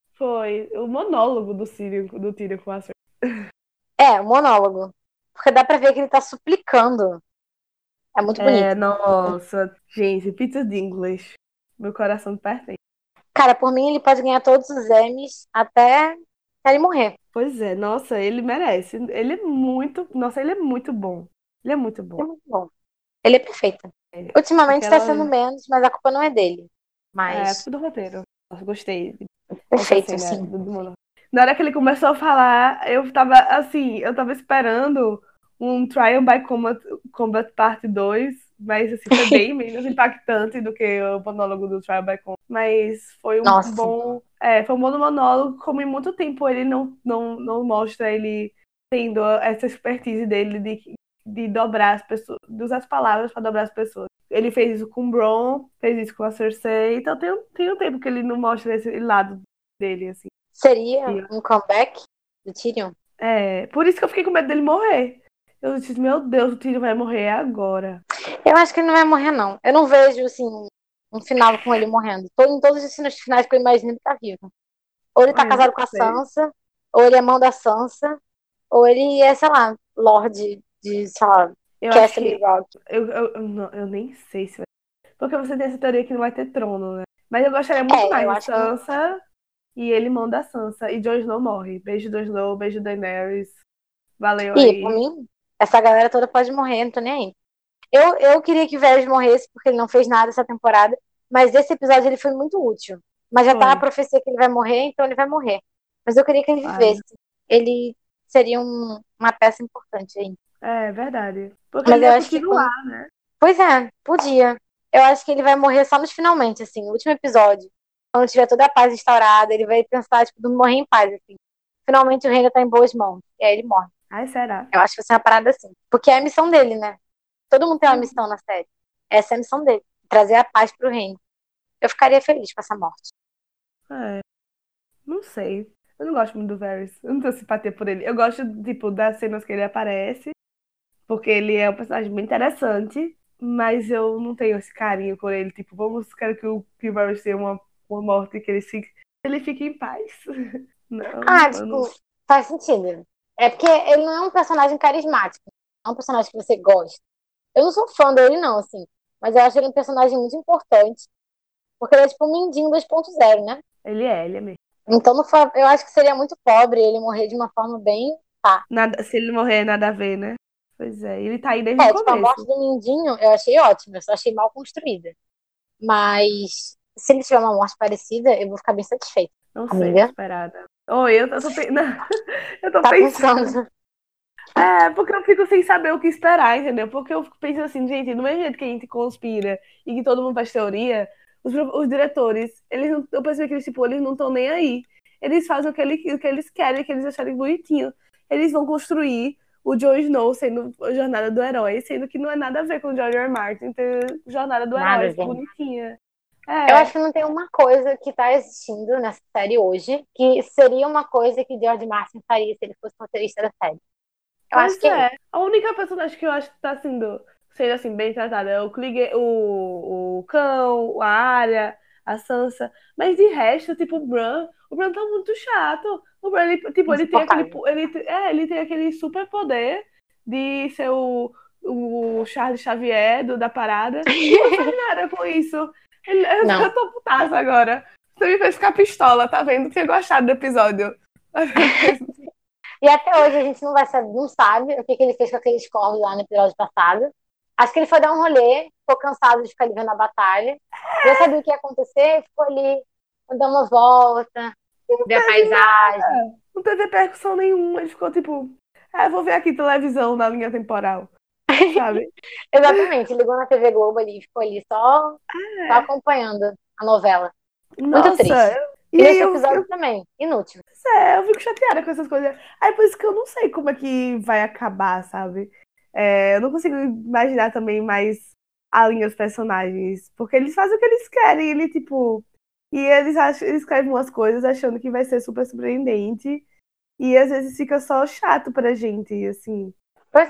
[SPEAKER 2] Foi o monólogo do Tyrion, do Tyrion com a Cersei.
[SPEAKER 1] É, o monólogo. Porque dá pra ver que ele tá suplicando. É muito
[SPEAKER 2] É,
[SPEAKER 1] bonito.
[SPEAKER 2] nossa, gente, Peter Dinklage. Meu coração pertence.
[SPEAKER 1] Cara, por mim ele pode ganhar todos os Emmys até ele morrer.
[SPEAKER 2] Pois é, nossa, ele merece. Ele é muito. Nossa, ele é muito bom. Ele é muito bom.
[SPEAKER 1] É muito bom. Ele é perfeito. Ultimamente tá sendo
[SPEAKER 2] Aquela.
[SPEAKER 1] menos, mas a culpa não é dele.
[SPEAKER 2] É,
[SPEAKER 1] Mas
[SPEAKER 2] culpa do roteiro. Nossa, gostei dessa
[SPEAKER 1] perfeito,
[SPEAKER 2] cena
[SPEAKER 1] assim.
[SPEAKER 2] do, do monólogo. Na hora que ele começou a falar, eu tava assim, eu tava esperando um Trial by Combat, Combat Parte dois, mas assim, foi bem menos impactante do que o monólogo do Trial by Combat. Mas foi um
[SPEAKER 1] Nossa,
[SPEAKER 2] bom. É, foi um bom monólogo, como em muito tempo ele não, não, não mostra ele tendo essa expertise dele de, de dobrar as pessoas, de usar as palavras para dobrar as pessoas. Ele fez isso com o Bron, fez isso com a Cersei, então tem, um- tem um tempo que ele não mostra esse lado dele, assim.
[SPEAKER 1] seria
[SPEAKER 2] E,
[SPEAKER 1] um comeback do Tyrion?
[SPEAKER 2] é, por isso que eu fiquei com medo dele morrer. Eu disse, meu Deus, o Tyrion vai morrer agora.
[SPEAKER 1] Eu acho que ele não vai morrer, não. Eu não vejo, assim, um final com ele morrendo. Tô em todos os cenas finais que eu imagino ele tá vivo. Ou ele tá
[SPEAKER 2] Ai, eu não
[SPEAKER 1] casado com a
[SPEAKER 2] sei.
[SPEAKER 1] Sansa, ou ele é mão da Sansa, ou ele é, sei lá, Lorde de, sei lá,
[SPEAKER 2] Eu acho
[SPEAKER 1] Castle
[SPEAKER 2] que.
[SPEAKER 1] Rock.
[SPEAKER 2] Eu, eu, eu, não- eu nem sei se vai. Porque você tem essa teoria que não vai ter trono, né? Mas eu gostaria muito
[SPEAKER 1] É,
[SPEAKER 2] mais
[SPEAKER 1] eu
[SPEAKER 2] de
[SPEAKER 1] acho que não.
[SPEAKER 2] Sansa e ele mão da Sansa. E Jon Snow morre. Beijo Jon Snow, beijo Daenerys. Valeu
[SPEAKER 1] E, por
[SPEAKER 2] aí.
[SPEAKER 1] mim, essa galera toda pode morrer, não tô nem aí. Eu, eu queria que o Varys morresse, porque ele não fez nada essa temporada, mas esse episódio ele foi muito útil. Mas já tá a
[SPEAKER 2] Foi.
[SPEAKER 1] profecia que ele vai morrer, então ele vai morrer. Mas eu queria que ele
[SPEAKER 2] Ai,
[SPEAKER 1] vivesse. Ele seria um- uma peça importante aí.
[SPEAKER 2] é verdade. Porque
[SPEAKER 1] Mas
[SPEAKER 2] ele
[SPEAKER 1] eu
[SPEAKER 2] ia
[SPEAKER 1] acho que quando.
[SPEAKER 2] continuar, né?
[SPEAKER 1] Pois é, podia. Eu acho que ele vai morrer só nos finalmente, assim, no último episódio. Quando tiver toda a paz instaurada, ele vai pensar, tipo, de morrer em paz, assim. Finalmente o reino tá em boas mãos. E aí ele morre.
[SPEAKER 2] Ai, será?
[SPEAKER 1] Eu acho que vai ser uma parada assim. Porque é a missão dele, né? Todo mundo tem uma
[SPEAKER 2] Hum,
[SPEAKER 1] missão na série. Essa é a missão dele. Trazer a paz pro reino. Eu ficaria feliz com essa morte.
[SPEAKER 2] é, não sei. Eu não gosto muito do Varys. Eu não tenho simpatia por ele. Eu gosto, tipo, das cenas que ele aparece, porque ele é um personagem bem interessante, mas eu não tenho esse carinho por ele. Tipo, vamos, quero que o, que o Varys tenha uma, uma morte que ele fique, ele fique em paz. Não,
[SPEAKER 1] Ah,
[SPEAKER 2] eu
[SPEAKER 1] tipo,
[SPEAKER 2] não.
[SPEAKER 1] faz sentido. É porque ele não é um personagem carismático. É um personagem que você gosta. Eu não sou fã dele, não, assim. Mas eu acho ele um personagem muito importante. Porque ele é tipo um Mindinho dois ponto zero, né?
[SPEAKER 2] Ele é, ele é mesmo.
[SPEAKER 1] Então não foi, eu acho que seria muito pobre ele morrer de uma forma bem. Tá.
[SPEAKER 2] Nada, se ele morrer, nada a ver, né? Pois é, ele tá aí desde o
[SPEAKER 1] É, tipo, a morte
[SPEAKER 2] começo.
[SPEAKER 1] do Mindinho eu achei ótima, eu só achei mal construída. Mas se ele tiver uma morte parecida, eu vou ficar bem satisfeita.
[SPEAKER 2] Não sei,
[SPEAKER 1] Amiga,
[SPEAKER 2] esperada. Oi, eu, eu tô, pe- não, eu tô
[SPEAKER 1] tá
[SPEAKER 2] pensando.
[SPEAKER 1] pensando.
[SPEAKER 2] É, porque eu fico sem saber o que esperar, entendeu? Porque eu fico pensando assim, gente, do mesmo jeito que a gente conspira e que todo mundo faz teoria, os, os diretores, eles não, eu percebi que eles, tipo, eles não estão nem aí. Eles fazem o que, eles, o que eles querem, o que eles acharem bonitinho. Eles vão construir o Jon Snow sendo a jornada do herói, sendo que não é nada a ver com o George R. R. Martin ter jornada do
[SPEAKER 1] Nada,
[SPEAKER 2] herói
[SPEAKER 1] gente.
[SPEAKER 2] bonitinha.
[SPEAKER 1] Eu acho
[SPEAKER 2] É,
[SPEAKER 1] que não tem uma coisa que tá existindo nessa série hoje que seria uma coisa que George Martin faria se ele fosse roteirista da série. Eu acho
[SPEAKER 2] pois
[SPEAKER 1] que é isso.
[SPEAKER 2] é. A única personagem que eu acho que tá sendo, sendo assim, bem tratada é o Clegane, o, o cão, a Arya, a Sansa. Mas de resto, tipo, o Bran, o Bran tá muito chato. O Bran, ele, tipo, ele tem aquele,
[SPEAKER 1] Insuportável.
[SPEAKER 2] ele, te- é, ele tem aquele super poder de ser o, o Charles Xavier do, da parada. E não faz nada com isso. Ele, eu,
[SPEAKER 1] Não.
[SPEAKER 2] eu tô putaça agora. Você me fez ficar pistola, tá vendo? Tinha gostado do episódio.
[SPEAKER 1] E até hoje a gente não vai saber, não sabe o que, que ele fez com aqueles corvos lá no episódio passado. Acho que ele foi dar um rolê, ficou cansado de ficar ali vendo a batalha. Já sabia o que ia acontecer, ficou ali dando uma volta,
[SPEAKER 2] Não
[SPEAKER 1] ver a
[SPEAKER 2] teve
[SPEAKER 1] paisagem.
[SPEAKER 2] nada. Não teve repercussão nenhuma. Ele ficou tipo, ah, vou ver aqui televisão na linha temporal, sabe?
[SPEAKER 1] Exatamente, ligou na T V Globo ali, ficou ali só, só
[SPEAKER 2] É.
[SPEAKER 1] acompanhando a novela. Muito
[SPEAKER 2] Nossa,
[SPEAKER 1] triste.
[SPEAKER 2] eu- e
[SPEAKER 1] E
[SPEAKER 2] aí
[SPEAKER 1] nesse
[SPEAKER 2] eu,
[SPEAKER 1] episódio
[SPEAKER 2] eu,
[SPEAKER 1] também, inútil.
[SPEAKER 2] é, eu fico chateada com essas coisas. Aí por isso que eu não sei como é que vai acabar, sabe? É, eu não consigo imaginar também mais a linha dos personagens. Porque eles fazem o que eles querem, ele, tipo. E eles, acham, eles escrevem umas coisas achando que vai ser super surpreendente. E às vezes fica só chato pra gente, assim.
[SPEAKER 1] Pois é.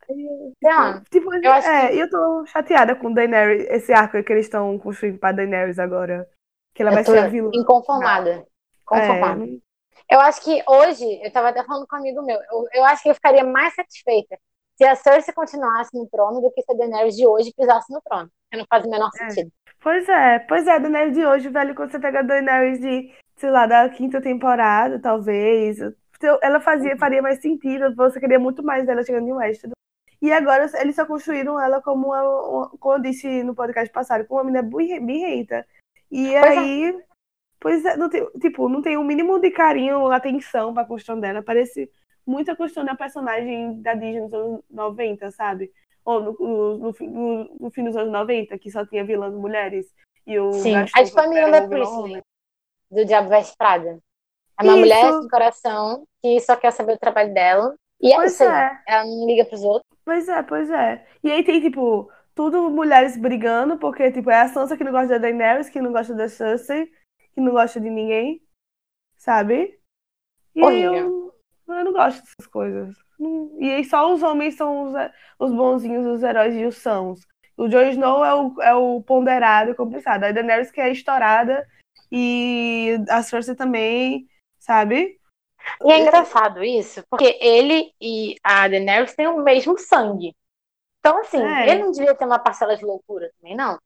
[SPEAKER 1] Sei
[SPEAKER 2] Tipo,
[SPEAKER 1] lá.
[SPEAKER 2] tipo,
[SPEAKER 1] Eu acho
[SPEAKER 2] é,
[SPEAKER 1] que
[SPEAKER 2] eu tô chateada com Daenerys, esse arco que eles estão construindo pra Daenerys agora. Que ela
[SPEAKER 1] eu
[SPEAKER 2] vai
[SPEAKER 1] tô
[SPEAKER 2] ser a vilã no final.
[SPEAKER 1] inconformada.
[SPEAKER 2] É,
[SPEAKER 1] Conformada.
[SPEAKER 2] não-
[SPEAKER 1] Eu acho que hoje, eu tava até falando com um amigo meu, eu, eu acho que eu ficaria mais satisfeita se a Cersei continuasse no trono do que se a Daenerys de hoje pisasse no trono. Que não faz o menor
[SPEAKER 2] é.
[SPEAKER 1] sentido.
[SPEAKER 2] Pois é, pois é, Daenerys de hoje, velho, quando você pega a Daenerys de, sei lá, da quinta temporada, talvez, eu- ela fazia, faria mais sentido, você queria muito mais dela chegando em Westeros. E agora eles só construíram ela como, uma, uma- como eu disse no podcast passado, como uma menina birre- birrenta. E
[SPEAKER 1] Pois é,
[SPEAKER 2] aí, pois é, não tem, tipo, não tem o mínimo de carinho, atenção pra construção dela. Parece muito a construção da personagem da Disney nos anos noventa, sabe? Ou no, no, no, fim- no, no fim dos anos noventa, que só tinha vilãs mulheres. E o
[SPEAKER 1] sim. É
[SPEAKER 2] Gaston
[SPEAKER 1] tipo a
[SPEAKER 2] era
[SPEAKER 1] Miranda
[SPEAKER 2] o vilão homem.
[SPEAKER 1] Priestley, do Diabo Veste Prada. É uma mulher
[SPEAKER 2] Isso,
[SPEAKER 1] sem coração que só quer saber o trabalho dela. E é
[SPEAKER 2] pois
[SPEAKER 1] isso aí.
[SPEAKER 2] é,
[SPEAKER 1] Ela não liga pros outros.
[SPEAKER 2] pois é, pois é. E aí tem, tipo, tudo mulheres brigando, porque, tipo, é a Sansa que não gosta da Daenerys, que não gosta da Cersei, que não gosta de ninguém, sabe? E aí
[SPEAKER 1] Horrível.
[SPEAKER 2] eu, eu não gosto dessas coisas. Não- E aí só os homens são os, os bonzinhos, os heróis e os sãos. O Jon Snow é o, é o ponderado e compensado. A Daenerys que é estourada e a Cersei também, sabe?
[SPEAKER 1] E é engraçado isso, porque ele e a Daenerys têm o mesmo sangue. Então, assim, ele
[SPEAKER 2] É.
[SPEAKER 1] não devia ter uma parcela de loucura também, não,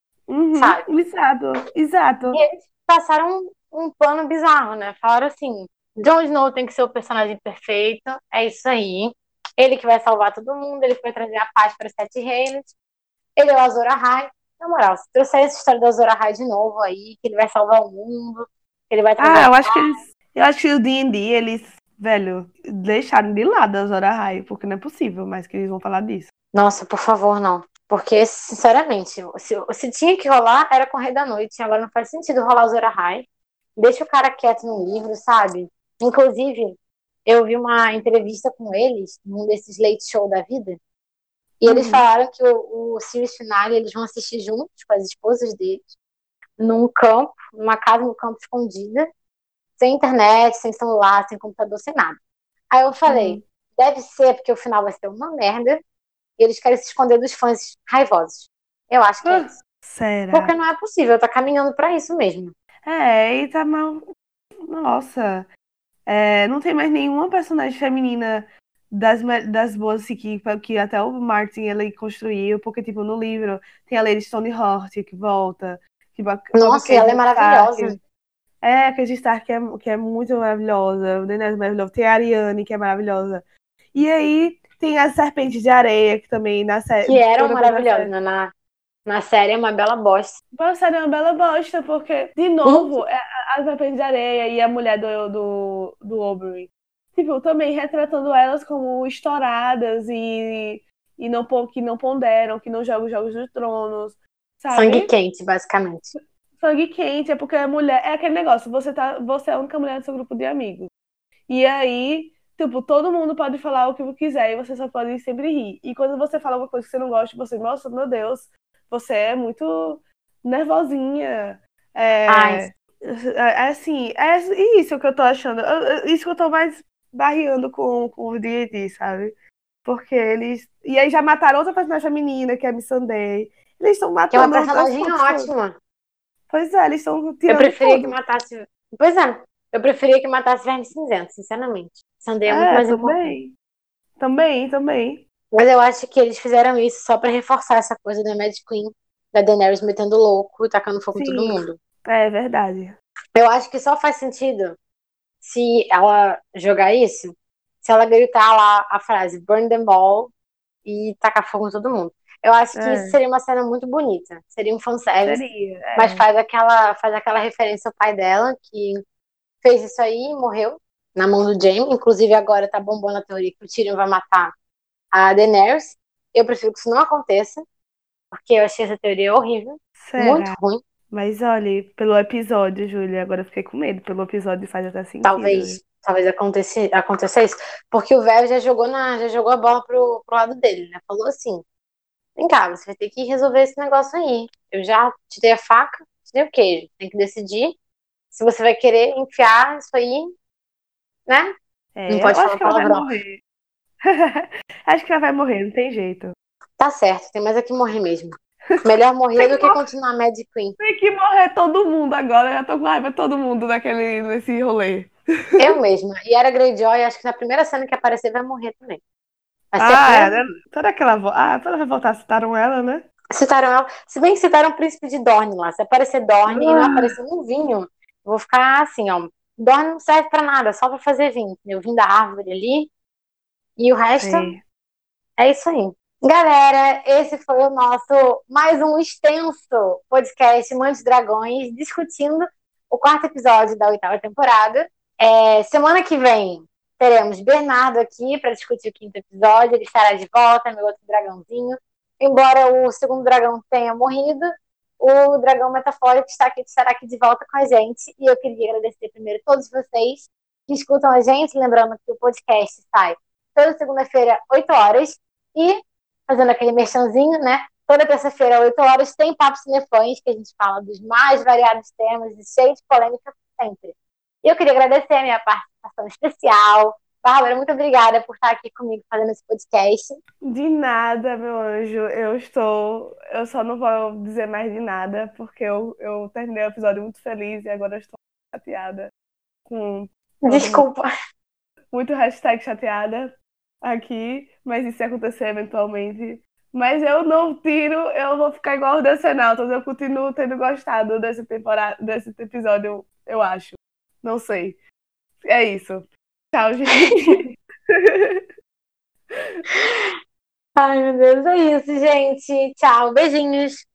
[SPEAKER 2] Uhum,
[SPEAKER 1] sabe?
[SPEAKER 2] exato,
[SPEAKER 1] E
[SPEAKER 2] exato.
[SPEAKER 1] eles passaram um, um plano bizarro, né? Falaram assim: Jon Snow tem que ser o personagem perfeito, é isso aí. Ele que vai salvar todo mundo, ele que vai trazer a paz para os Sete Reinos. Ele é o Azor Ahai. Na moral, se trouxer essa história do Azor Ahai de novo aí, que ele vai salvar o mundo, que ele vai trazer
[SPEAKER 2] Ah,
[SPEAKER 1] a
[SPEAKER 2] eu acho que
[SPEAKER 1] paz.
[SPEAKER 2] eles. Eu acho que o D e D, eles, velho, deixaram de lado a Zora High, porque não é possível mais que eles vão falar disso.
[SPEAKER 1] Nossa, por favor, não. Porque, sinceramente, se, se tinha que rolar, era Correr da Noite. Agora não faz sentido rolar o Azor Ahai. Deixa o cara quieto no livro, sabe? Inclusive, eu vi uma entrevista com eles, num desses late show da vida, e eles
[SPEAKER 2] Uhum.
[SPEAKER 1] falaram que o, o series finale eles vão assistir juntos com as esposas deles, num campo, numa casa no campo escondida, sem internet, sem celular, sem computador, sem nada. Aí eu falei,
[SPEAKER 2] Uhum.
[SPEAKER 1] deve ser porque o final vai ser uma merda e eles querem se esconder dos fãs raivosos. Eu acho que é
[SPEAKER 2] Ah,
[SPEAKER 1] isso. Porque
[SPEAKER 2] será?
[SPEAKER 1] não é possível, tá caminhando pra isso mesmo.
[SPEAKER 2] É, e tá mal. Nossa. É, não tem mais nenhuma personagem feminina das, me- das boas assim, que, que até o Martin ele construiu, porque, tipo, no livro tem a Lady Stoneheart que volta, que a própria
[SPEAKER 1] Nossa, e ela é
[SPEAKER 2] Catelyn
[SPEAKER 1] maravilhosa.
[SPEAKER 2] Stark. É, a Catelyn Stark que é, que é muito maravilhosa, o Daenerys é maravilhosa, tem a Ariane que é maravilhosa. E aí tem as Serpentes de Areia, que também na
[SPEAKER 1] Que
[SPEAKER 2] série,
[SPEAKER 1] eram
[SPEAKER 2] toda vez na
[SPEAKER 1] maravilhosas,
[SPEAKER 2] série.
[SPEAKER 1] né? Na, na série é uma bela bosta.
[SPEAKER 2] Pô, sério, é uma bela bosta, porque, de
[SPEAKER 1] Hum,
[SPEAKER 2] novo, é a a Serpente de Areia e a mulher do, do, do Oberyn. Tipo, também retratando elas como estouradas e, e não, pon- que não ponderam, que não jogam Jogos dos Tronos,
[SPEAKER 1] sangue
[SPEAKER 2] sabe?
[SPEAKER 1] quente, basicamente.
[SPEAKER 2] Sangue quente, é porque a mulher. É aquele negócio, você, tá, você é a única mulher do seu grupo de amigos. E aí, tipo, todo mundo pode falar o que quiser e você só pode sempre rir. E quando você fala uma coisa que você não gosta, você, nossa, meu Deus, você é muito nervosinha.
[SPEAKER 1] Ai,
[SPEAKER 2] É, é assim, é isso que eu tô achando. Isso que eu tô mais barreando com, com o D e D, sabe? Porque eles. E aí já mataram outra personagem feminina, que é a Missandei. Eles estão
[SPEAKER 1] que é uma
[SPEAKER 2] matando aos
[SPEAKER 1] personagem
[SPEAKER 2] poucos todos.
[SPEAKER 1] ótima.
[SPEAKER 2] Pois é, eles estão
[SPEAKER 1] Eu
[SPEAKER 2] tirando
[SPEAKER 1] preferia que
[SPEAKER 2] tudo.
[SPEAKER 1] matasse. Pois é, eu preferia que matasse Verme Cinzento, sinceramente. Sandy é muito
[SPEAKER 2] É,
[SPEAKER 1] mais importante.
[SPEAKER 2] também. Também, também.
[SPEAKER 1] Mas eu acho que eles fizeram isso só pra reforçar essa coisa da Mad Queen, da Daenerys metendo louco e tacando fogo em todo
[SPEAKER 2] Sim,
[SPEAKER 1] mundo.
[SPEAKER 2] é verdade.
[SPEAKER 1] Eu acho que só faz sentido se ela jogar isso, se ela gritar lá a frase Burn them all e tacar fogo em todo mundo. Eu acho que isso
[SPEAKER 2] É,
[SPEAKER 1] seria uma cena muito bonita. Seria um fanservice,
[SPEAKER 2] seria,
[SPEAKER 1] mas
[SPEAKER 2] é.
[SPEAKER 1] faz aquela, faz aquela referência ao pai dela, que fez isso aí e morreu na mão do Jaime. Inclusive, agora tá bombando a teoria que o Tyrion vai matar a Daenerys. Eu prefiro que isso não aconteça, porque eu achei essa teoria horrível, muito
[SPEAKER 2] Será?
[SPEAKER 1] ruim.
[SPEAKER 2] Mas olha, pelo episódio, Júlia, agora eu fiquei com medo. Pelo episódio faz até sentido, viu?
[SPEAKER 1] Talvez, talvez aconteça, aconteça isso. Porque o velho já jogou, na, já jogou a bola pro, pro lado dele, né? Falou assim: vem cá, você vai ter que resolver esse negócio aí. Eu já te dei a faca, te dei o queijo. Tem que decidir se você vai querer enfiar isso aí, né? Não
[SPEAKER 2] É, eu
[SPEAKER 1] pode
[SPEAKER 2] acho
[SPEAKER 1] falar
[SPEAKER 2] que ela vai
[SPEAKER 1] palavrão.
[SPEAKER 2] morrer. Acho que ela vai morrer, não tem jeito.
[SPEAKER 1] Tá certo, tem mais é que morrer mesmo. Melhor morrer do que
[SPEAKER 2] mor-
[SPEAKER 1] continuar Mad Queen.
[SPEAKER 2] Tem que morrer todo mundo agora. Eu já tô com raiva de todo mundo naquele, nesse rolê.
[SPEAKER 1] Eu mesma. E era Greyjoy, acho que na primeira cena que aparecer vai morrer também. Vai ser a
[SPEAKER 2] Ah,
[SPEAKER 1] primeira.
[SPEAKER 2] é, né? Será que ela volta? Ah, quando ela vai voltar, citaram ela, né?
[SPEAKER 1] Citaram ela. Se bem que citaram o príncipe de Dorne lá. Se aparecer Dorne e não
[SPEAKER 2] Ah,
[SPEAKER 1] aparecer um vinho, eu vou ficar assim, ó. Dorne não serve pra nada, só pra fazer vinho. Eu vim da árvore ali. E o resto
[SPEAKER 2] sei.
[SPEAKER 1] é isso aí. Galera, esse foi o nosso mais um extenso podcast Mãe dos Dragões, discutindo o quarto episódio da oitava temporada. É, semana que vem teremos Bernardo aqui para discutir o quinto episódio. Ele estará de volta, meu outro dragãozinho. Embora o segundo dragão tenha morrido, o dragão metafórico está aqui, estará aqui de volta com a gente. E eu queria agradecer primeiro a todos vocês que escutam a gente. Lembrando que o podcast sai toda segunda-feira, oito horas. E, fazendo aquele merchanzinho, né? Toda terça-feira, oito horas, tem Papo Cinefãs, que a gente fala dos mais variados temas e cheio de polêmica sempre. E eu queria agradecer a minha participação especial. Bárbara, muito obrigada por estar aqui comigo fazendo esse podcast.
[SPEAKER 2] De nada, meu anjo. Eu estou. Eu só não vou dizer mais de nada, porque eu, eu terminei o episódio muito feliz e agora eu estou chateada com todo mundo.
[SPEAKER 1] Desculpa.
[SPEAKER 2] Muito hashtag chateada aqui, mas isso ia acontecer eventualmente. Mas eu não tiro, eu vou ficar igual o Decenautas. Eu continuo tendo gostado desse, temporada, desse episódio, eu acho. Não sei. É isso. Tchau, gente.
[SPEAKER 1] Ai, meu Deus, é isso, gente. Tchau, beijinhos.